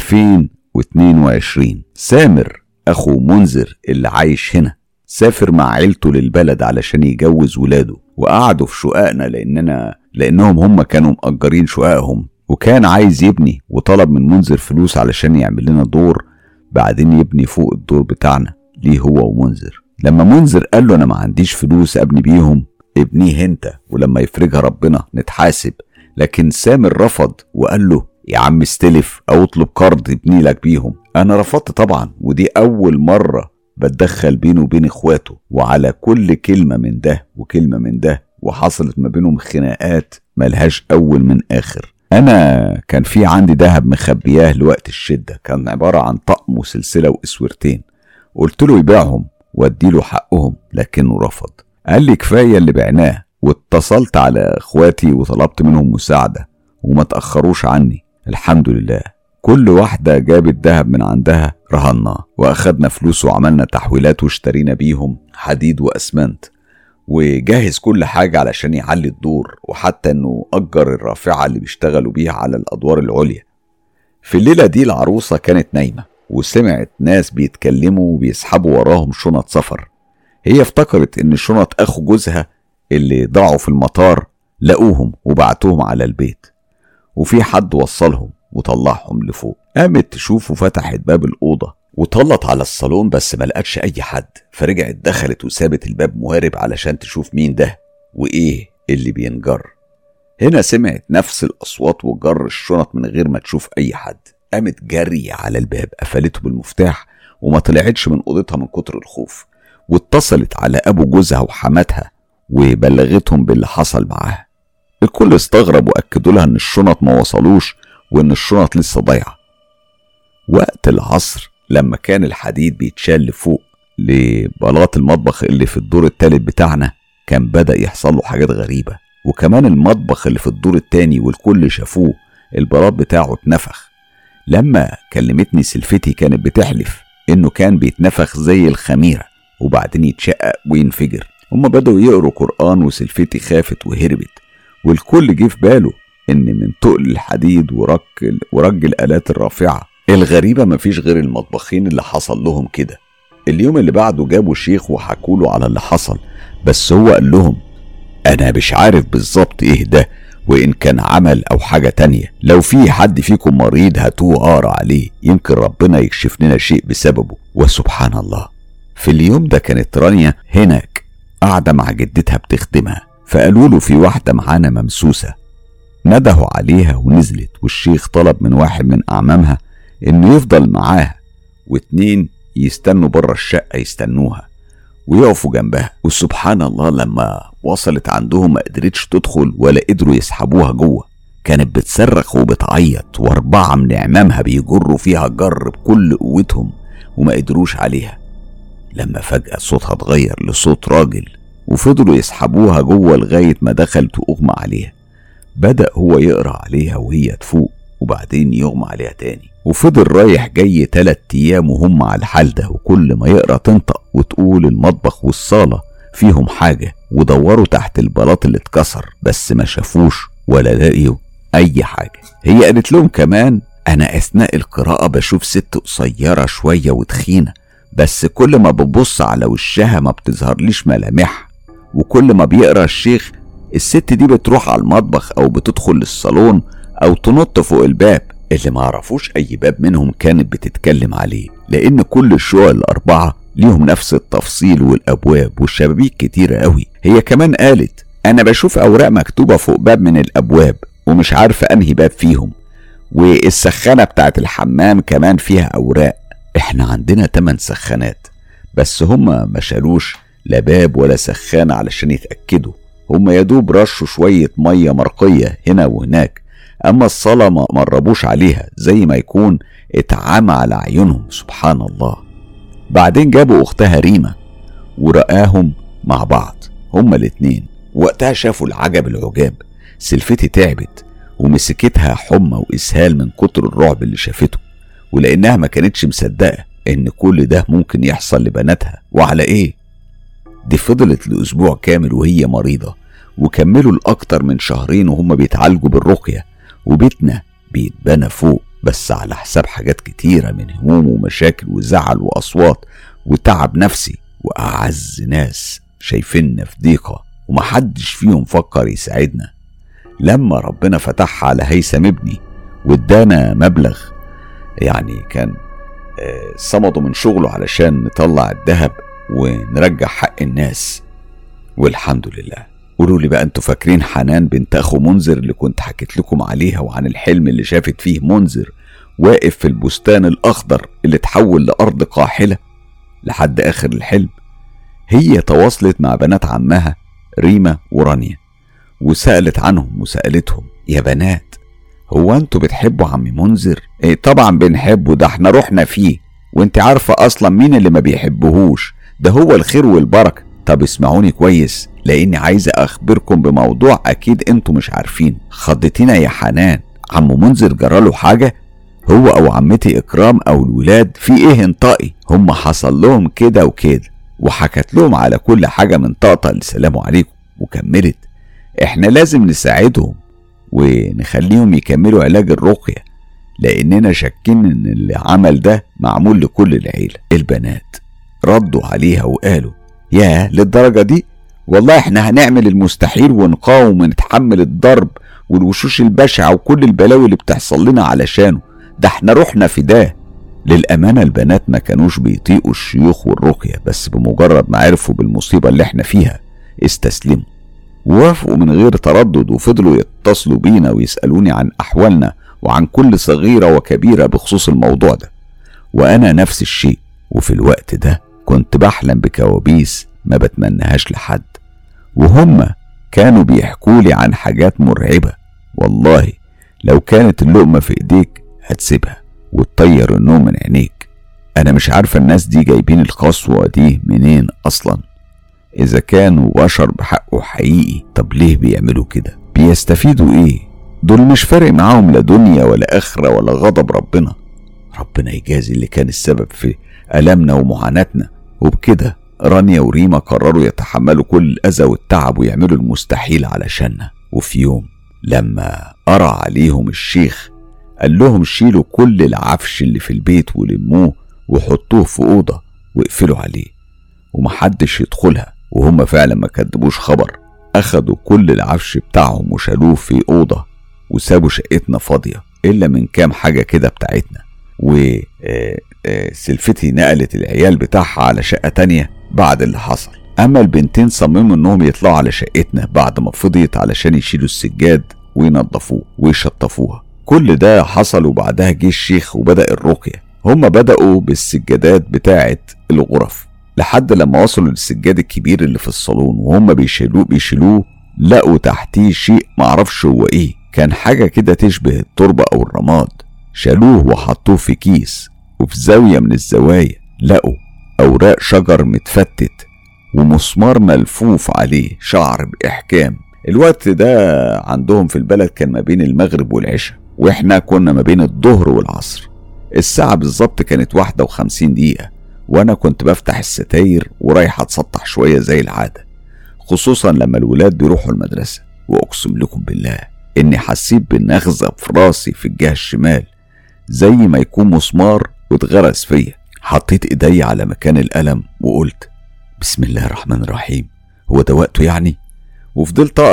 2022 سامر أخو منذر اللي عايش هنا سافر مع عيلته للبلد علشان يجوز ولاده، وقعدوا في شققنا لأنهم هم كانوا مأجرين شققهم، وكان عايز يبني وطلب من منذر فلوس علشان يعمل لنا دور بعدين يبني فوق الدور بتاعنا ليه هو ومنذر. لما منذر قال له أنا ما عنديش فلوس أبني بيهم، ابنيه انت ولما يفرجها ربنا نتحاسب. لكن سامر رفض وقال له يا عم استلف أو اطلب قرض ابني لك بيهم. أنا رفضت طبعا، ودي أول مرة بتدخل بينه وبين اخواته، وعلى كل كلمة من ده وكلمة من ده، وحصلت ما بينهم خناقات ملهاش أول من آخر. أنا كان في عندي دهب مخبياه لوقت الشدة، كان عبارة عن طقم وسلسلة وإسورتين، قلت له يبيعهم واديله حقهم لكنه رفض. قال لي كفاية اللي بعناه، واتصلت على اخواتي وطلبت منهم مساعدة وما تأخروش عني. الحمد لله كل واحدة جابت دهب من عندها رهناه، واخدنا فلوس وعملنا تحويلات واشترينا بيهم حديد واسمنت، وجهز كل حاجة علشان يعلي الدور، وحتى انه اجر الرافعة اللي بيشتغلوا بيها على الادوار العليا. في الليلة دي العروسة كانت نايمة وسمعت ناس بيتكلموا وبيسحبوا وراهم شنط سفر. هي افتكرت ان شنط اخو جوزها اللي ضاعوا في المطار لقوهم وبعتوهم على البيت، وفي حد وصلهم وطلعهم لفوق. قامت تشوف وفتحت باب الأوضة وطلت على الصالون بس ما لقتش اي حد، فرجعت دخلت وسابت الباب موارب علشان تشوف مين ده وايه اللي بينجر. هنا سمعت نفس الاصوات وجر الشنط من غير ما تشوف اي حد. قامت جري على الباب قفلته بالمفتاح وما طلعتش من اوضتها من كتر الخوف، واتصلت على ابو جوزها وحماتها وبلغتهم باللي حصل معاها. الكل استغرب واكدوا لها ان الشنط ما وصلوش وان الشنط لسه ضايعه. وقت العصر لما كان الحديد بيتشال لفوق لبلاط المطبخ اللي في الدور الثالث بتاعنا، كان بدأ يحصل له حاجات غريبة، وكمان المطبخ اللي في الدور الثاني والكل شافوه البلاط بتاعه اتنفخ. لما كلمتني سلفتي كانت بتحلف انه كان بيتنفخ زي الخميرة وبعدين يتشقق وينفجر. هما بدأوا يقروا قرآن وسلفتي خافت وهربت، والكل جه في باله ان من تقل الحديد ورج الآلات الرافعة الغريبة مفيش غير المطبخين اللي حصل لهم كده. اليوم اللي بعده جابوا شيخ وحكوله على اللي حصل، بس هو قال لهم انا مش عارف بالظبط ايه ده وان كان عمل او حاجة تانية، لو في حد فيكم مريض هاتوه اقرا عليه يمكن ربنا يكشف لنا شيء بسببه. وسبحان الله في اليوم ده كانت رانيا هناك قاعدة مع جدتها بتخدمها، فقالوا له في واحدة معانا ممسوسة. ندهوا عليها ونزلت، والشيخ طلب من واحد من أعمامها إنه يفضل معاها واتنين يستنوا بره الشقة يستنوها ويقفوا جنبها. وسبحان الله لما وصلت عندهم ما قدرتش تدخل ولا قدروا يسحبوها جوه، كانت بتصرخ وبتعيط، واربعة من أعمامها بيجروا فيها جر بكل قوتهم وما قدروش عليها. لما فجأة صوتها اتغير لصوت راجل وفضلوا يسحبوها جوه لغاية ما دخلت وأغمى عليها. بدأ هو يقرأ عليها وهي تفوق وبعدين يغمى عليها تاني، وفضل رايح جاي 3 أيام وهم على الحال ده، وكل ما يقرأ تنطق وتقول المطبخ والصالة فيهم حاجة، ودوروا تحت البلاط اللي اتكسر بس ما شافوش ولا لقيوا أي حاجة. هي قالت لهم كمان أنا أثناء القراءة بشوف ست قصيرة شوية وتخينة، بس كل ما ببص على وشها ما بتظهرليش ملامح، وكل ما بيقرأ الشيخ الست دي بتروح على المطبخ او بتدخل الصالون او تنط فوق الباب. اللي معرفوش اي باب منهم كانت بتتكلم عليه، لان كل الشقق ال4 ليهم نفس التفصيل والابواب والشبابيك كتيرة قوي. هي كمان قالت انا بشوف اوراق مكتوبة فوق باب من الابواب ومش عارفة انهي باب فيهم، والسخانة بتاعت الحمام كمان فيها اوراق. احنا عندنا 8 سخانات بس هما ما شالوش لا باب ولا سخانة علشان يتأكدوا. هما يدوب رشوا شوية مية مرقية هنا وهناك، اما الصلاة ما مربوش عليها زي ما يكون اتعامى على عيونهم. سبحان الله. بعدين جابوا اختها ريما ورقاهم مع بعض هما الاتنين. وقتها شافوا العجب العجاب، سلفتي تعبت ومسكتها حمى وإسهال من كتر الرعب اللي شافته، ولأنها ما كانتش مصدقة إن كل ده ممكن يحصل لبناتها. وعلى إيه؟ دي فضلت لأسبوع كامل وهي مريضة، وكملوا لأكتر من شهرين وهم بيتعالجوا بالرقية، وبيتنا بيتبنى فوق بس على حساب حاجات كتيرة من هموم ومشاكل وزعل وأصوات وتعب نفسي. وأعز ناس شايفيننا في ضيقة ومحدش فيهم فكر يساعدنا. لما ربنا فتحها على هيثم ابني وادانا مبلغ، يعني كان صمده من شغله علشان نطلع الذهب ونرجع حق الناس، والحمد لله. قولوا لي بقى، انتوا فاكرين حنان بنت اخو منذر اللي كنت حكيت لكم عليها وعن الحلم اللي شافت فيه منذر واقف في البستان الاخضر اللي اتحول لارض قاحلة لحد اخر الحلم؟ هي تواصلت مع بنات عمها ريما ورانيا وسألت عنهم وسألتهم يا بنات هو انتوا بتحبوا عم منذر؟ ايه طبعا بنحبه، ده احنا روحنا فيه، وانت عارفة اصلا مين اللي ما بيحبهوش، ده هو الخير والبركة. طب اسمعوني كويس لاني عايزة اخبركم بموضوع اكيد انتوا مش عارفين. خضتينا يا حنان، عم منذر جراله حاجة؟ هو او عمتي اكرام او الولاد في ايه؟ انطقي. هم حصل لهم كده وكده، وحكت لهم على كل حاجة من طقطق لسلام عليكم. وكملت احنا لازم نساعدهم ونخليهم يكملوا علاج الرقية، لاننا شاكين ان اللي عمل ده معمول لكل العيلة. البنات ردوا عليها وقالوا ياه للدرجة دي؟ والله احنا هنعمل المستحيل ونقاوم ونتحمل الضرب والوشوش البشعة وكل البلاوي اللي بتحصل لنا علشانه، ده احنا روحنا فداه. للأمانة البنات ما كانوش بيطيقوا الشيوخ والرقية، بس بمجرد ما عرفوا بالمصيبة اللي احنا فيها استسلموا ووافقوا من غير تردد، وفضلوا يتصلوا بينا ويسألوني عن أحوالنا وعن كل صغيرة وكبيرة بخصوص الموضوع ده. وأنا نفس الشيء، وفي الوقت ده كنت بحلم بكوابيس ما بتمنهاش لحد، وهم كانوا بيحكولي عن حاجات مرعبة. والله لو كانت اللقمة في ايديك هتسيبها وتطير النوم من عينيك. انا مش عارفة الناس دي جايبين القسوة دي منين اصلا. اذا كانوا بشر بحقه حقيقي، طب ليه بيعملوا كده؟ بيستفيدوا ايه؟ دول مش فارق معاهم لا دنيا ولا اخرة ولا غضب ربنا. ربنا يجازي اللي كان السبب في ألمنا ومعاناتنا. وبكده رانيا وريما قرروا يتحملوا كل الأذى والتعب ويعملوا المستحيل علشاننا. وفي يوم لما قرأ عليهم الشيخ قال لهم شيلوا كل العفش اللي في البيت ولموه وحطوه في أوضة واقفلوا عليه ومحدش يدخلها. وهم فعلا ما كدبوش خبر، أخدوا كل العفش بتاعهم وشالوه في أوضة وسابوا شقتنا فاضية إلا من كام حاجة كده بتاعتنا. وسلفتي نقلت العيال بتاعها على شقة تانية بعد اللي حصل. أما البنتين صمموا إنهم يطلعوا على شقتنا بعد ما فضيت علشان يشيلوا السجاد وينظفوه ويشطفوها. كل ده حصل وبعدها جه الشيخ وبدأ الرقية. هم بدأوا بالسجادات بتاعة الغرف لحد لما وصلوا للسجاد الكبير اللي في الصالون، وهم بيشيلوه لقوا تحتيه شيء معرفش هو ايه، كان حاجة كده تشبه التربة او الرماد. شالوه وحطوه في كيس، وفي زاوية من الزوايا لقوا اوراق شجر متفتت ومسمار ملفوف عليه شعر بإحكام. الوقت ده عندهم في البلد كان ما بين المغرب والعشاء، واحنا كنا ما بين الظهر والعصر. الساعة بالظبط كانت 51 دقيقة، وانا كنت بفتح الستاير ورايح اتسطح شوية زي العادة، خصوصا لما الولاد بيروحوا المدرسة. واقسم لكم بالله اني حسيت بالنغزة في راسي في الجهة الشمال زي ما يكون مسمار واتغرس فيا. حطيت ايدي على مكان الألم وقلت بسم الله الرحمن الرحيم، هو ده وقته يعني؟ وفضلت اقرا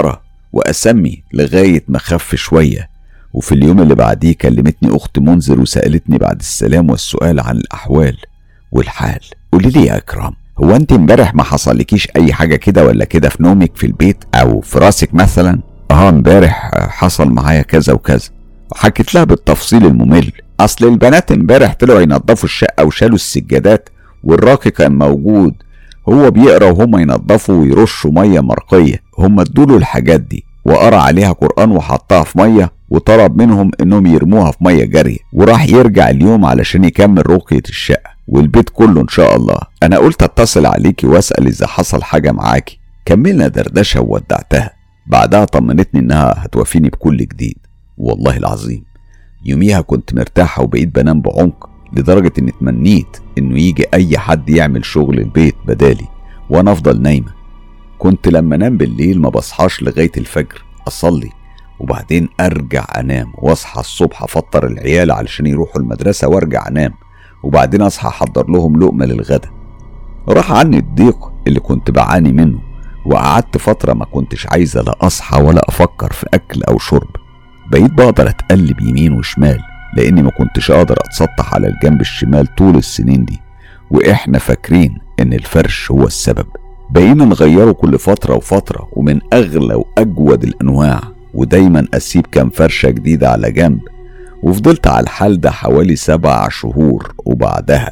وأسمي لغاية ما خف شوية. وفي اليوم اللي بعديه كلمتني أخت منذر وسألتني بعد السلام والسؤال عن الأحوال والحال. قولي لي يا أكرم، هو أنت امبارح ما حصلكيش أي حاجة كده ولا كده في نومك في البيت أو في راسك مثلا؟ امبارح حصل معايا كذا وكذا، وحكيت لها بالتفصيل الممل. أصل البنات امبارح طلعوا ينظفوا الشقة وشالوا السجادات، والراقي كان موجود هو بيقرا وهم ينظفوا ويرشوا ميه مرقيه. هم ادوله الحاجات دي وقرا عليها قرآن وحطها في ميه وطلب منهم انهم يرموها في ميه جاريه، وراح يرجع اليوم علشان يكمل رقية الشقة والبيت كله ان شاء الله. انا قلت اتصل عليكي واسأل اذا حصل حاجة معاكي. كملنا دردشة وودعتها. بعدها طمنتني انها هتوافيني بكل جديد. والله العظيم يوميها كنت مرتاحة وبقيت بنام بعمق، لدرجة اني تمنيت انه يجي اي حد يعمل شغل البيت بدالي وانا افضل نايمة. كنت لما انام بالليل ما بصحاش لغاية الفجر اصلي، وبعدين ارجع انام واصحى الصبح افطر العيال علشان يروحوا المدرسة وارجع انام، وبعدين اصحى احضر لهم لقمة للغدا. راح عني الضيق اللي كنت بعاني منه، وقعدت فترة ما كنتش عايزة لا اصحى ولا افكر في اكل او شرب. بقيت بقدر اتقلب يمين وشمال لاني ما كنتش قادر اتسطح على الجنب الشمال طول السنين دي، واحنا فاكرين ان الفرش هو السبب. بقينا نغيره كل فترة وفترة ومن اغلى واجود الانواع، ودايما اسيب كام فرشة جديدة على جنب. وفضلت على الحال ده حوالي 7 شهور، وبعدها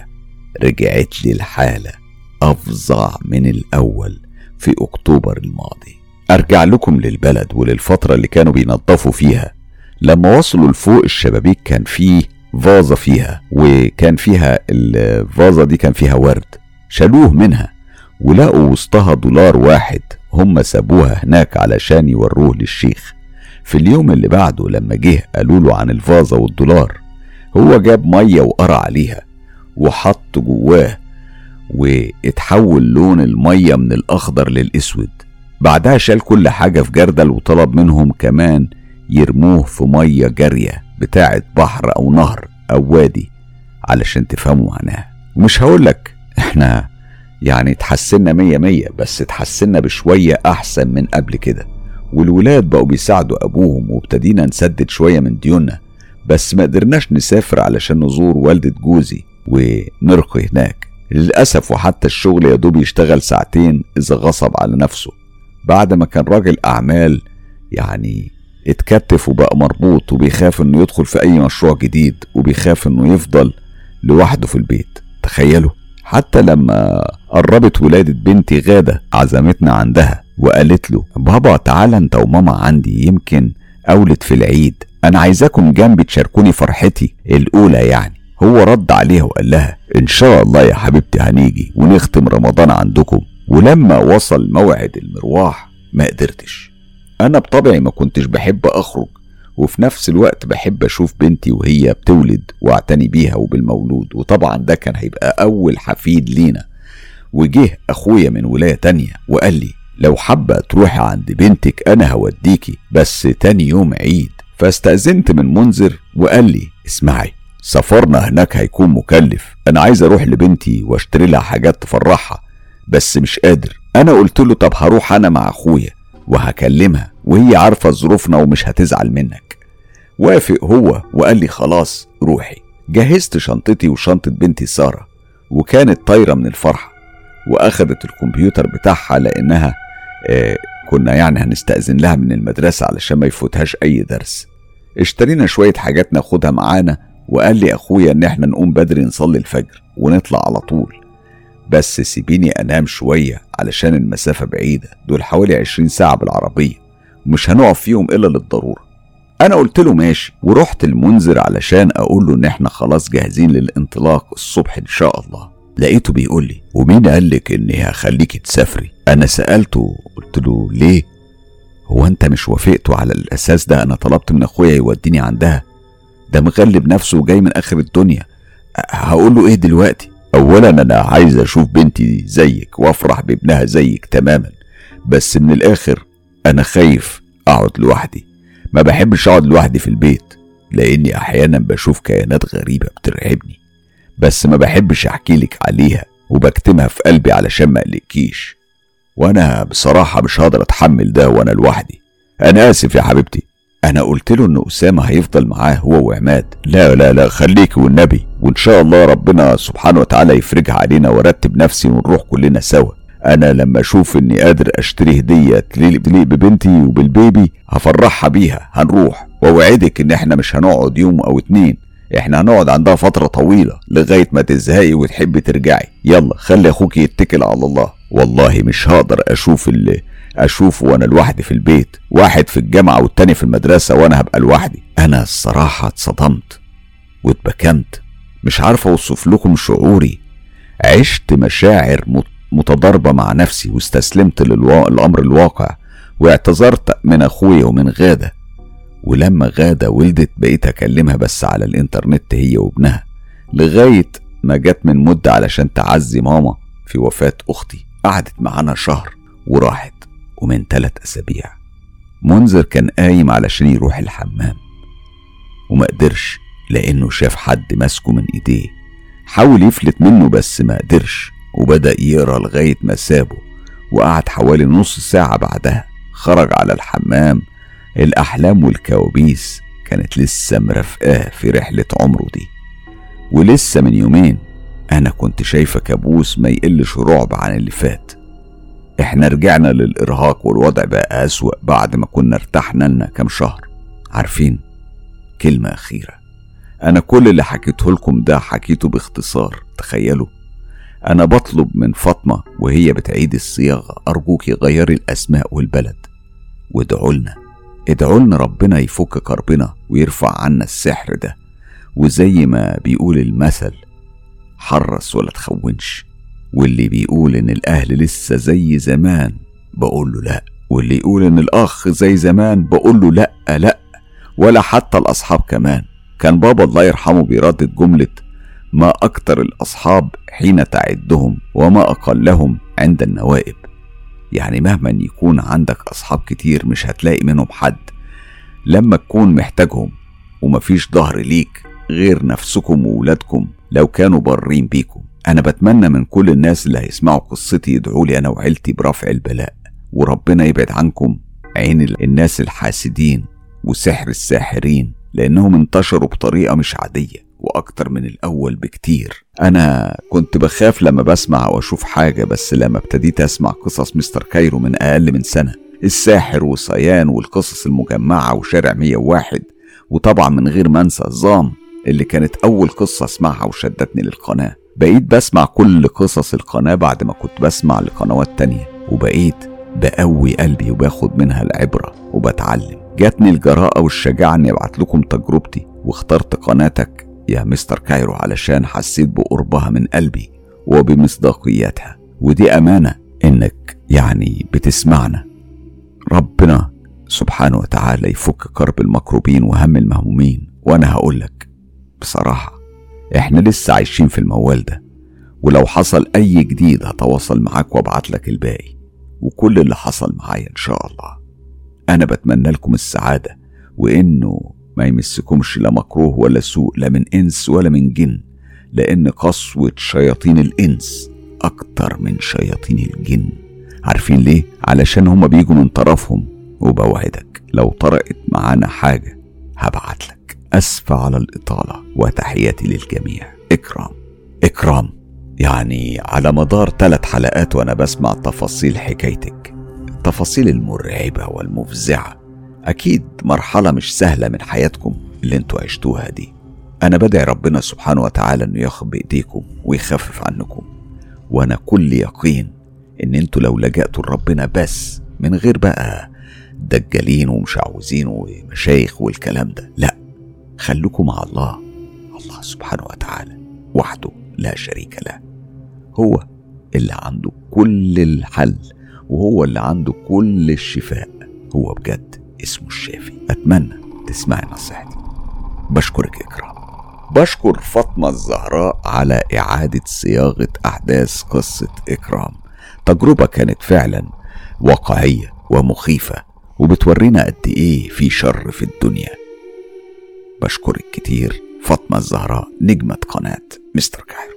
رجعت لي الحالة افظع من الاول في اكتوبر الماضي. ارجع لكم للبلد وللفترة اللي كانوا بينظفوا فيها. لما وصلوا لفوق الشبابيك كان فيه فازة فيها، وكان فيها الفازة دي كان فيها ورد. شالوه منها ولقوا وسطها $1 واحد، هم سابوها هناك علشان يوروه للشيخ. في اليوم اللي بعده لما جه قالوا له عن الفازة $1، هو جاب مية وقرا عليها وحط جواه، واتحول لون المية من الأخضر للأسود. بعدها شال كل حاجة في جردل وطلب منهم كمان يرموه في مية جارية بتاعة بحر أو نهر أو وادي علشان تفهموا معناها. ومش هقولك احنا يعني اتحسنا 100، بس اتحسنا بشوية أحسن من قبل كده، والولاد بقوا بيساعدوا أبوهم، وابتدينا نسدد شوية من ديوننا. بس ما قدرناش نسافر علشان نزور والدة جوزي ونرقي هناك للأسف، وحتى الشغل يدوب يشتغل 2 ساعات إذا غصب على نفسه، بعد ما كان راجل أعمال يعني اتكتف وبقى مربوط، وبيخاف انه يدخل في اي مشروع جديد، وبيخاف انه يفضل لوحده في البيت. تخيلوا، حتى لما قربت ولادة بنتي غادة عزمتنا عندها وقالت له بابا تعالى انت وماما عندي، يمكن اولد في العيد، انا عايزاكم جنبي تشاركوني فرحتي الاولى يعني. هو رد عليها وقال لها ان شاء الله يا حبيبتي هنيجي ونختم رمضان عندكم. ولما وصل موعد المروح ما قدرتش. انا بطبعي ما كنتش بحب اخرج، وفي نفس الوقت بحب اشوف بنتي وهي بتولد واعتني بيها وبالمولود، وطبعا ده كان هيبقى اول حفيد لينا. وجه اخويا من ولاية تانية وقال لي لو حابة تروحي عند بنتك انا هوديكي، بس تاني يوم عيد. فاستأذنت من منذر وقال لي اسمعي، سفرنا هناك هيكون مكلف، انا عايز اروح لبنتي واشتري لها حاجات تفرحها بس مش قادر. انا قلت له طب هروح انا مع اخويا وهكلمها وهي عارفة ظروفنا ومش هتزعل منك. وافق هو وقال لي خلاص روحي. جهزت شنطتي وشنطة بنتي سارة، وكانت طايرة من الفرحة، واخدت الكمبيوتر بتاعها لانها كنا يعني هنستأذن لها من المدرسة علشان ما يفوتهاش اي درس. اشترينا شوية حاجات ناخدها معانا، وقال لي اخويا ان احنا نقوم بدري نصلي الفجر ونطلع على طول، بس سيبيني انام شوية علشان المسافة بعيدة، دول حوالي 20 ساعة بالعربية ومش هنقف فيهم الا للضرورة. انا قلت له ماشي، ورحت المنذر علشان اقول له ان احنا خلاص جاهزين للانطلاق الصبح ان شاء الله. لقيته بيقول لي ومين قالك اني هخليكي تسافري؟ انا سألته قلت له ليه؟ هو انت مش وافقته على الاساس ده؟ انا طلبت من اخويا يوديني عندها، ده مغلب نفسه وجاي من اخر الدنيا، هقول له ايه دلوقتي؟ اولا انا عايز اشوف بنتي زيك وافرح بابنها زيك تماما، بس من الاخر انا خايف اقعد لوحدي، ما بحبش اقعد لوحدي في البيت لاني احيانا بشوف كائنات غريبة بترعبني، بس ما بحبش احكي لك عليها وبكتمها في قلبي علشان ما اقلقكيش، وانا بصراحة مش هقدر اتحمل ده وانا لوحدي. انا اسف يا حبيبتي. انا قلت له ان اسامة هيفضل معاه هو وعماد. لا لا لا، خليك والنبي، وان شاء الله ربنا سبحانه وتعالى يفرجها علينا وارتب نفسي ونروح كلنا سوا. انا لما اشوف اني قادر اشتري هدية تليق ببنتي وبالبيبي هفرحها بيها. هنروح، واوعدك ان احنا مش هنقعد يوم او 2، احنا هنقعد عندها فترة طويلة لغاية ما تزهقي وتحبي ترجعي. يلا خلي اخوك يتكل على الله. والله مش هقدر اشوف اللي اشوفه وانا لوحدي في البيت، واحد في الجامعة والتاني في المدرسة وانا هبقى لوحدي. انا الصراحة اتصدمت واتبكمت، مش عارف اوصف لكم شعوري. عشت مشاعر متضاربة مع نفسي، واستسلمت للأمر الواقع، واعتذرت من اخويا ومن غادة. ولما غادة ولدت بقيت اكلمها بس على الانترنت هي وابنها، لغاية ما جت من مدة علشان تعزي ماما في وفاة اختي. قعدت معانا شهر وراحت. ومن 3 أسابيع منذر كان قايم علشان يروح الحمام وما قدرش، لانه شاف حد ماسكه من ايديه. حاول يفلت منه بس ما قدرش، وبدأ يقرا لغاية ما سابه، وقعد حوالي نص ساعة. بعدها خرج على الحمام. الأحلام والكوابيس كانت لسه مرافقاه في رحلة عمره دي. ولسه من يومين أنا كنت شايفة كابوس ما يقلش رعب عن اللي فات. احنا رجعنا للإرهاق والوضع بقى أسوأ بعد ما كنا ارتحنا لنا كام شهر. عارفين، كلمة أخيرة، أنا كل اللي حكيته لكم ده حكيته باختصار. تخيلوا، أنا بطلب من فاطمة وهي بتعيد الصياغة، أرجوكي غيري الأسماء والبلد، ادعوا لنا ربنا يفك كربنا ويرفع عنا السحر ده. وزي ما بيقول المثل، حرص ولا تخونش. واللي بيقول ان الاهل لسه زي زمان بقول له لا، واللي يقول ان الاخ زي زمان بقول له لا لا، ولا حتى الاصحاب كمان. كان بابا الله يرحمه بيردد جملة: ما اكتر الاصحاب حين تعدهم وما اقلهم عند النوائب. يعني مهما يكون عندك اصحاب كتير مش هتلاقي منهم حد لما تكون محتاجهم، ومفيش ظهر ليك غير نفسكم وولادكم لو كانوا بارين بيكم. انا بتمنى من كل الناس اللي هيسمعوا قصتي يدعولي انا وعيلتي برفع البلاء، وربنا يبعد عنكم عين الناس الحاسدين وسحر الساحرين، لانهم انتشروا بطريقة مش عادية واكتر من الاول بكتير. انا كنت بخاف لما بسمع او اشوف حاجة، بس لما ابتديت اسمع قصص مستر كايرو من اقل من سنة، الساحر وصيان والقصص المجمعة وشارع 101، وطبعا من غير ما انسى الظام اللي كانت اول قصة اسمعها وشدتني للقناة، بقيت بسمع كل قصص القناة بعد ما كنت بسمع لقنوات تانية، وبقيت بقوي قلبي وباخد منها العبرة وبتعلم. جاتني الجراءة والشجاعة اني ابعت لكم تجربتي، واخترت قناتك يا مستر كايرو علشان حسيت بقربها من قلبي وبمصداقيتها، ودي امانة انك يعني بتسمعنا. ربنا سبحانه وتعالى يفك كرب المكروبين وهم المهمومين. وانا هقولك بصراحة، احنا لسه عايشين في الموال ده، ولو حصل اي جديد هتواصل معاك وابعت لك الباقي وكل اللي حصل معايا ان شاء الله. انا بتمنى لكم السعادة، وانه ما يمسكمش لا مكروه ولا سوء، لا من انس ولا من جن، لان قسوة شياطين الانس اكتر من شياطين الجن. عارفين ليه؟ علشان هما بيجوا من طرفهم. وبوعدك لو طرقت معانا حاجة هبعتلك. اسف على الاطالة، وتحياتي للجميع. اكرام. يعني على مدار 3 حلقات وانا بسمع تفاصيل حكايتك، التفاصيل المرعبة والمفزعة. اكيد مرحلة مش سهلة من حياتكم اللي انتوا عشتوها دي. انا بدعي ربنا سبحانه وتعالى انه ياخد بايديكم ويخفف عنكم، وانا كل يقين ان انتوا لو لجأتوا لربنا بس من غير بقى دجالين ومشعوذين ومشايخ والكلام ده، لا، خلوكم مع الله سبحانه وتعالى وحده لا شريك له. هو اللي عنده كل الحل، وهو اللي عنده كل الشفاء. هو بجد اسمه الشافي. اتمنى تسمعي نصيحتي. بشكرك إكرام. بشكر فاطمة الزهراء على إعادة صياغة أحداث قصة إكرام. تجربة كانت فعلا واقعية ومخيفة، وبتورينا قد إيه في شر في الدنيا. بشكرك كتير فاطمة الزهراء، نجمة قناة مستر كايرو.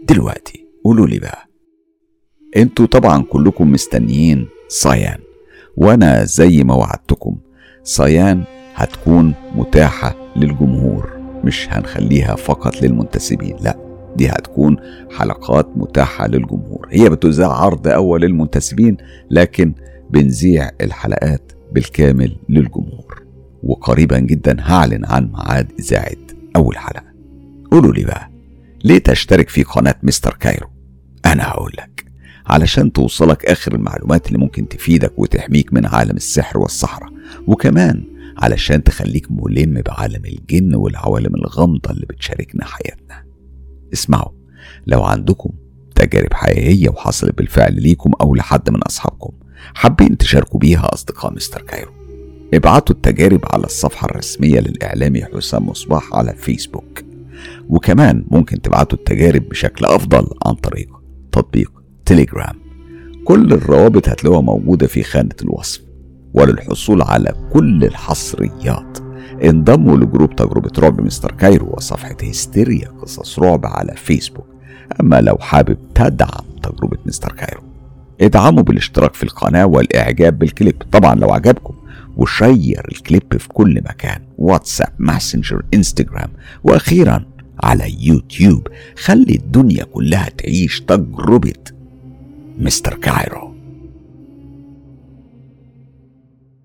دلوقتي قولوا لي بقى، انتوا طبعا كلكم مستنيين صيان، وانا زي ما وعدتكم صيان هتكون متاحة للجمهور، مش هنخليها فقط للمنتسبين، لا دي هتكون حلقات متاحة للجمهور. هي بتذاع عرض أول للمنتسبين، لكن بنذيع الحلقات بالكامل للجمهور. وقريبا جدا هعلن عن ميعاد إذاعة أول حلقة. قولوا لي بقى ليه تشترك في قناة مستر كايرو؟ أنا هقولك، علشان توصلك آخر المعلومات اللي ممكن تفيدك وتحميك من عالم السحر والسحرة، وكمان علشان تخليك ملم بعالم الجن والعوالم الغامضة اللي بتشاركنا حياتنا. اسمعوا، لو عندكم تجارب حقيقية وحصلت بالفعل ليكم أو لحد من أصحابكم حابين تشاركوا بيها أصدقاء مستر كايرو، ابعتوا التجارب على الصفحة الرسمية للإعلامي حسام مصباح على فيسبوك. وكمان ممكن تبعتوا التجارب بشكل أفضل عن طريق تطبيق تيليجرام. كل الروابط هتلاقوها موجودة في خانة الوصف. وللحصول على كل الحصريات انضموا لجروب تجربة رعب مستر كايرو وصفحة هستيريا قصص رعب على فيسبوك. أما لو حابب تدعم تجربة مستر كايرو ادعموا بالاشتراك في القناة والإعجاب بالكليب طبعا لو عجبكم، وشير الكليب في كل مكان، واتساب، ماسنجر، انستجرام، وأخيرا على يوتيوب. خلي الدنيا كلها تعيش تجربة مستر كايرو.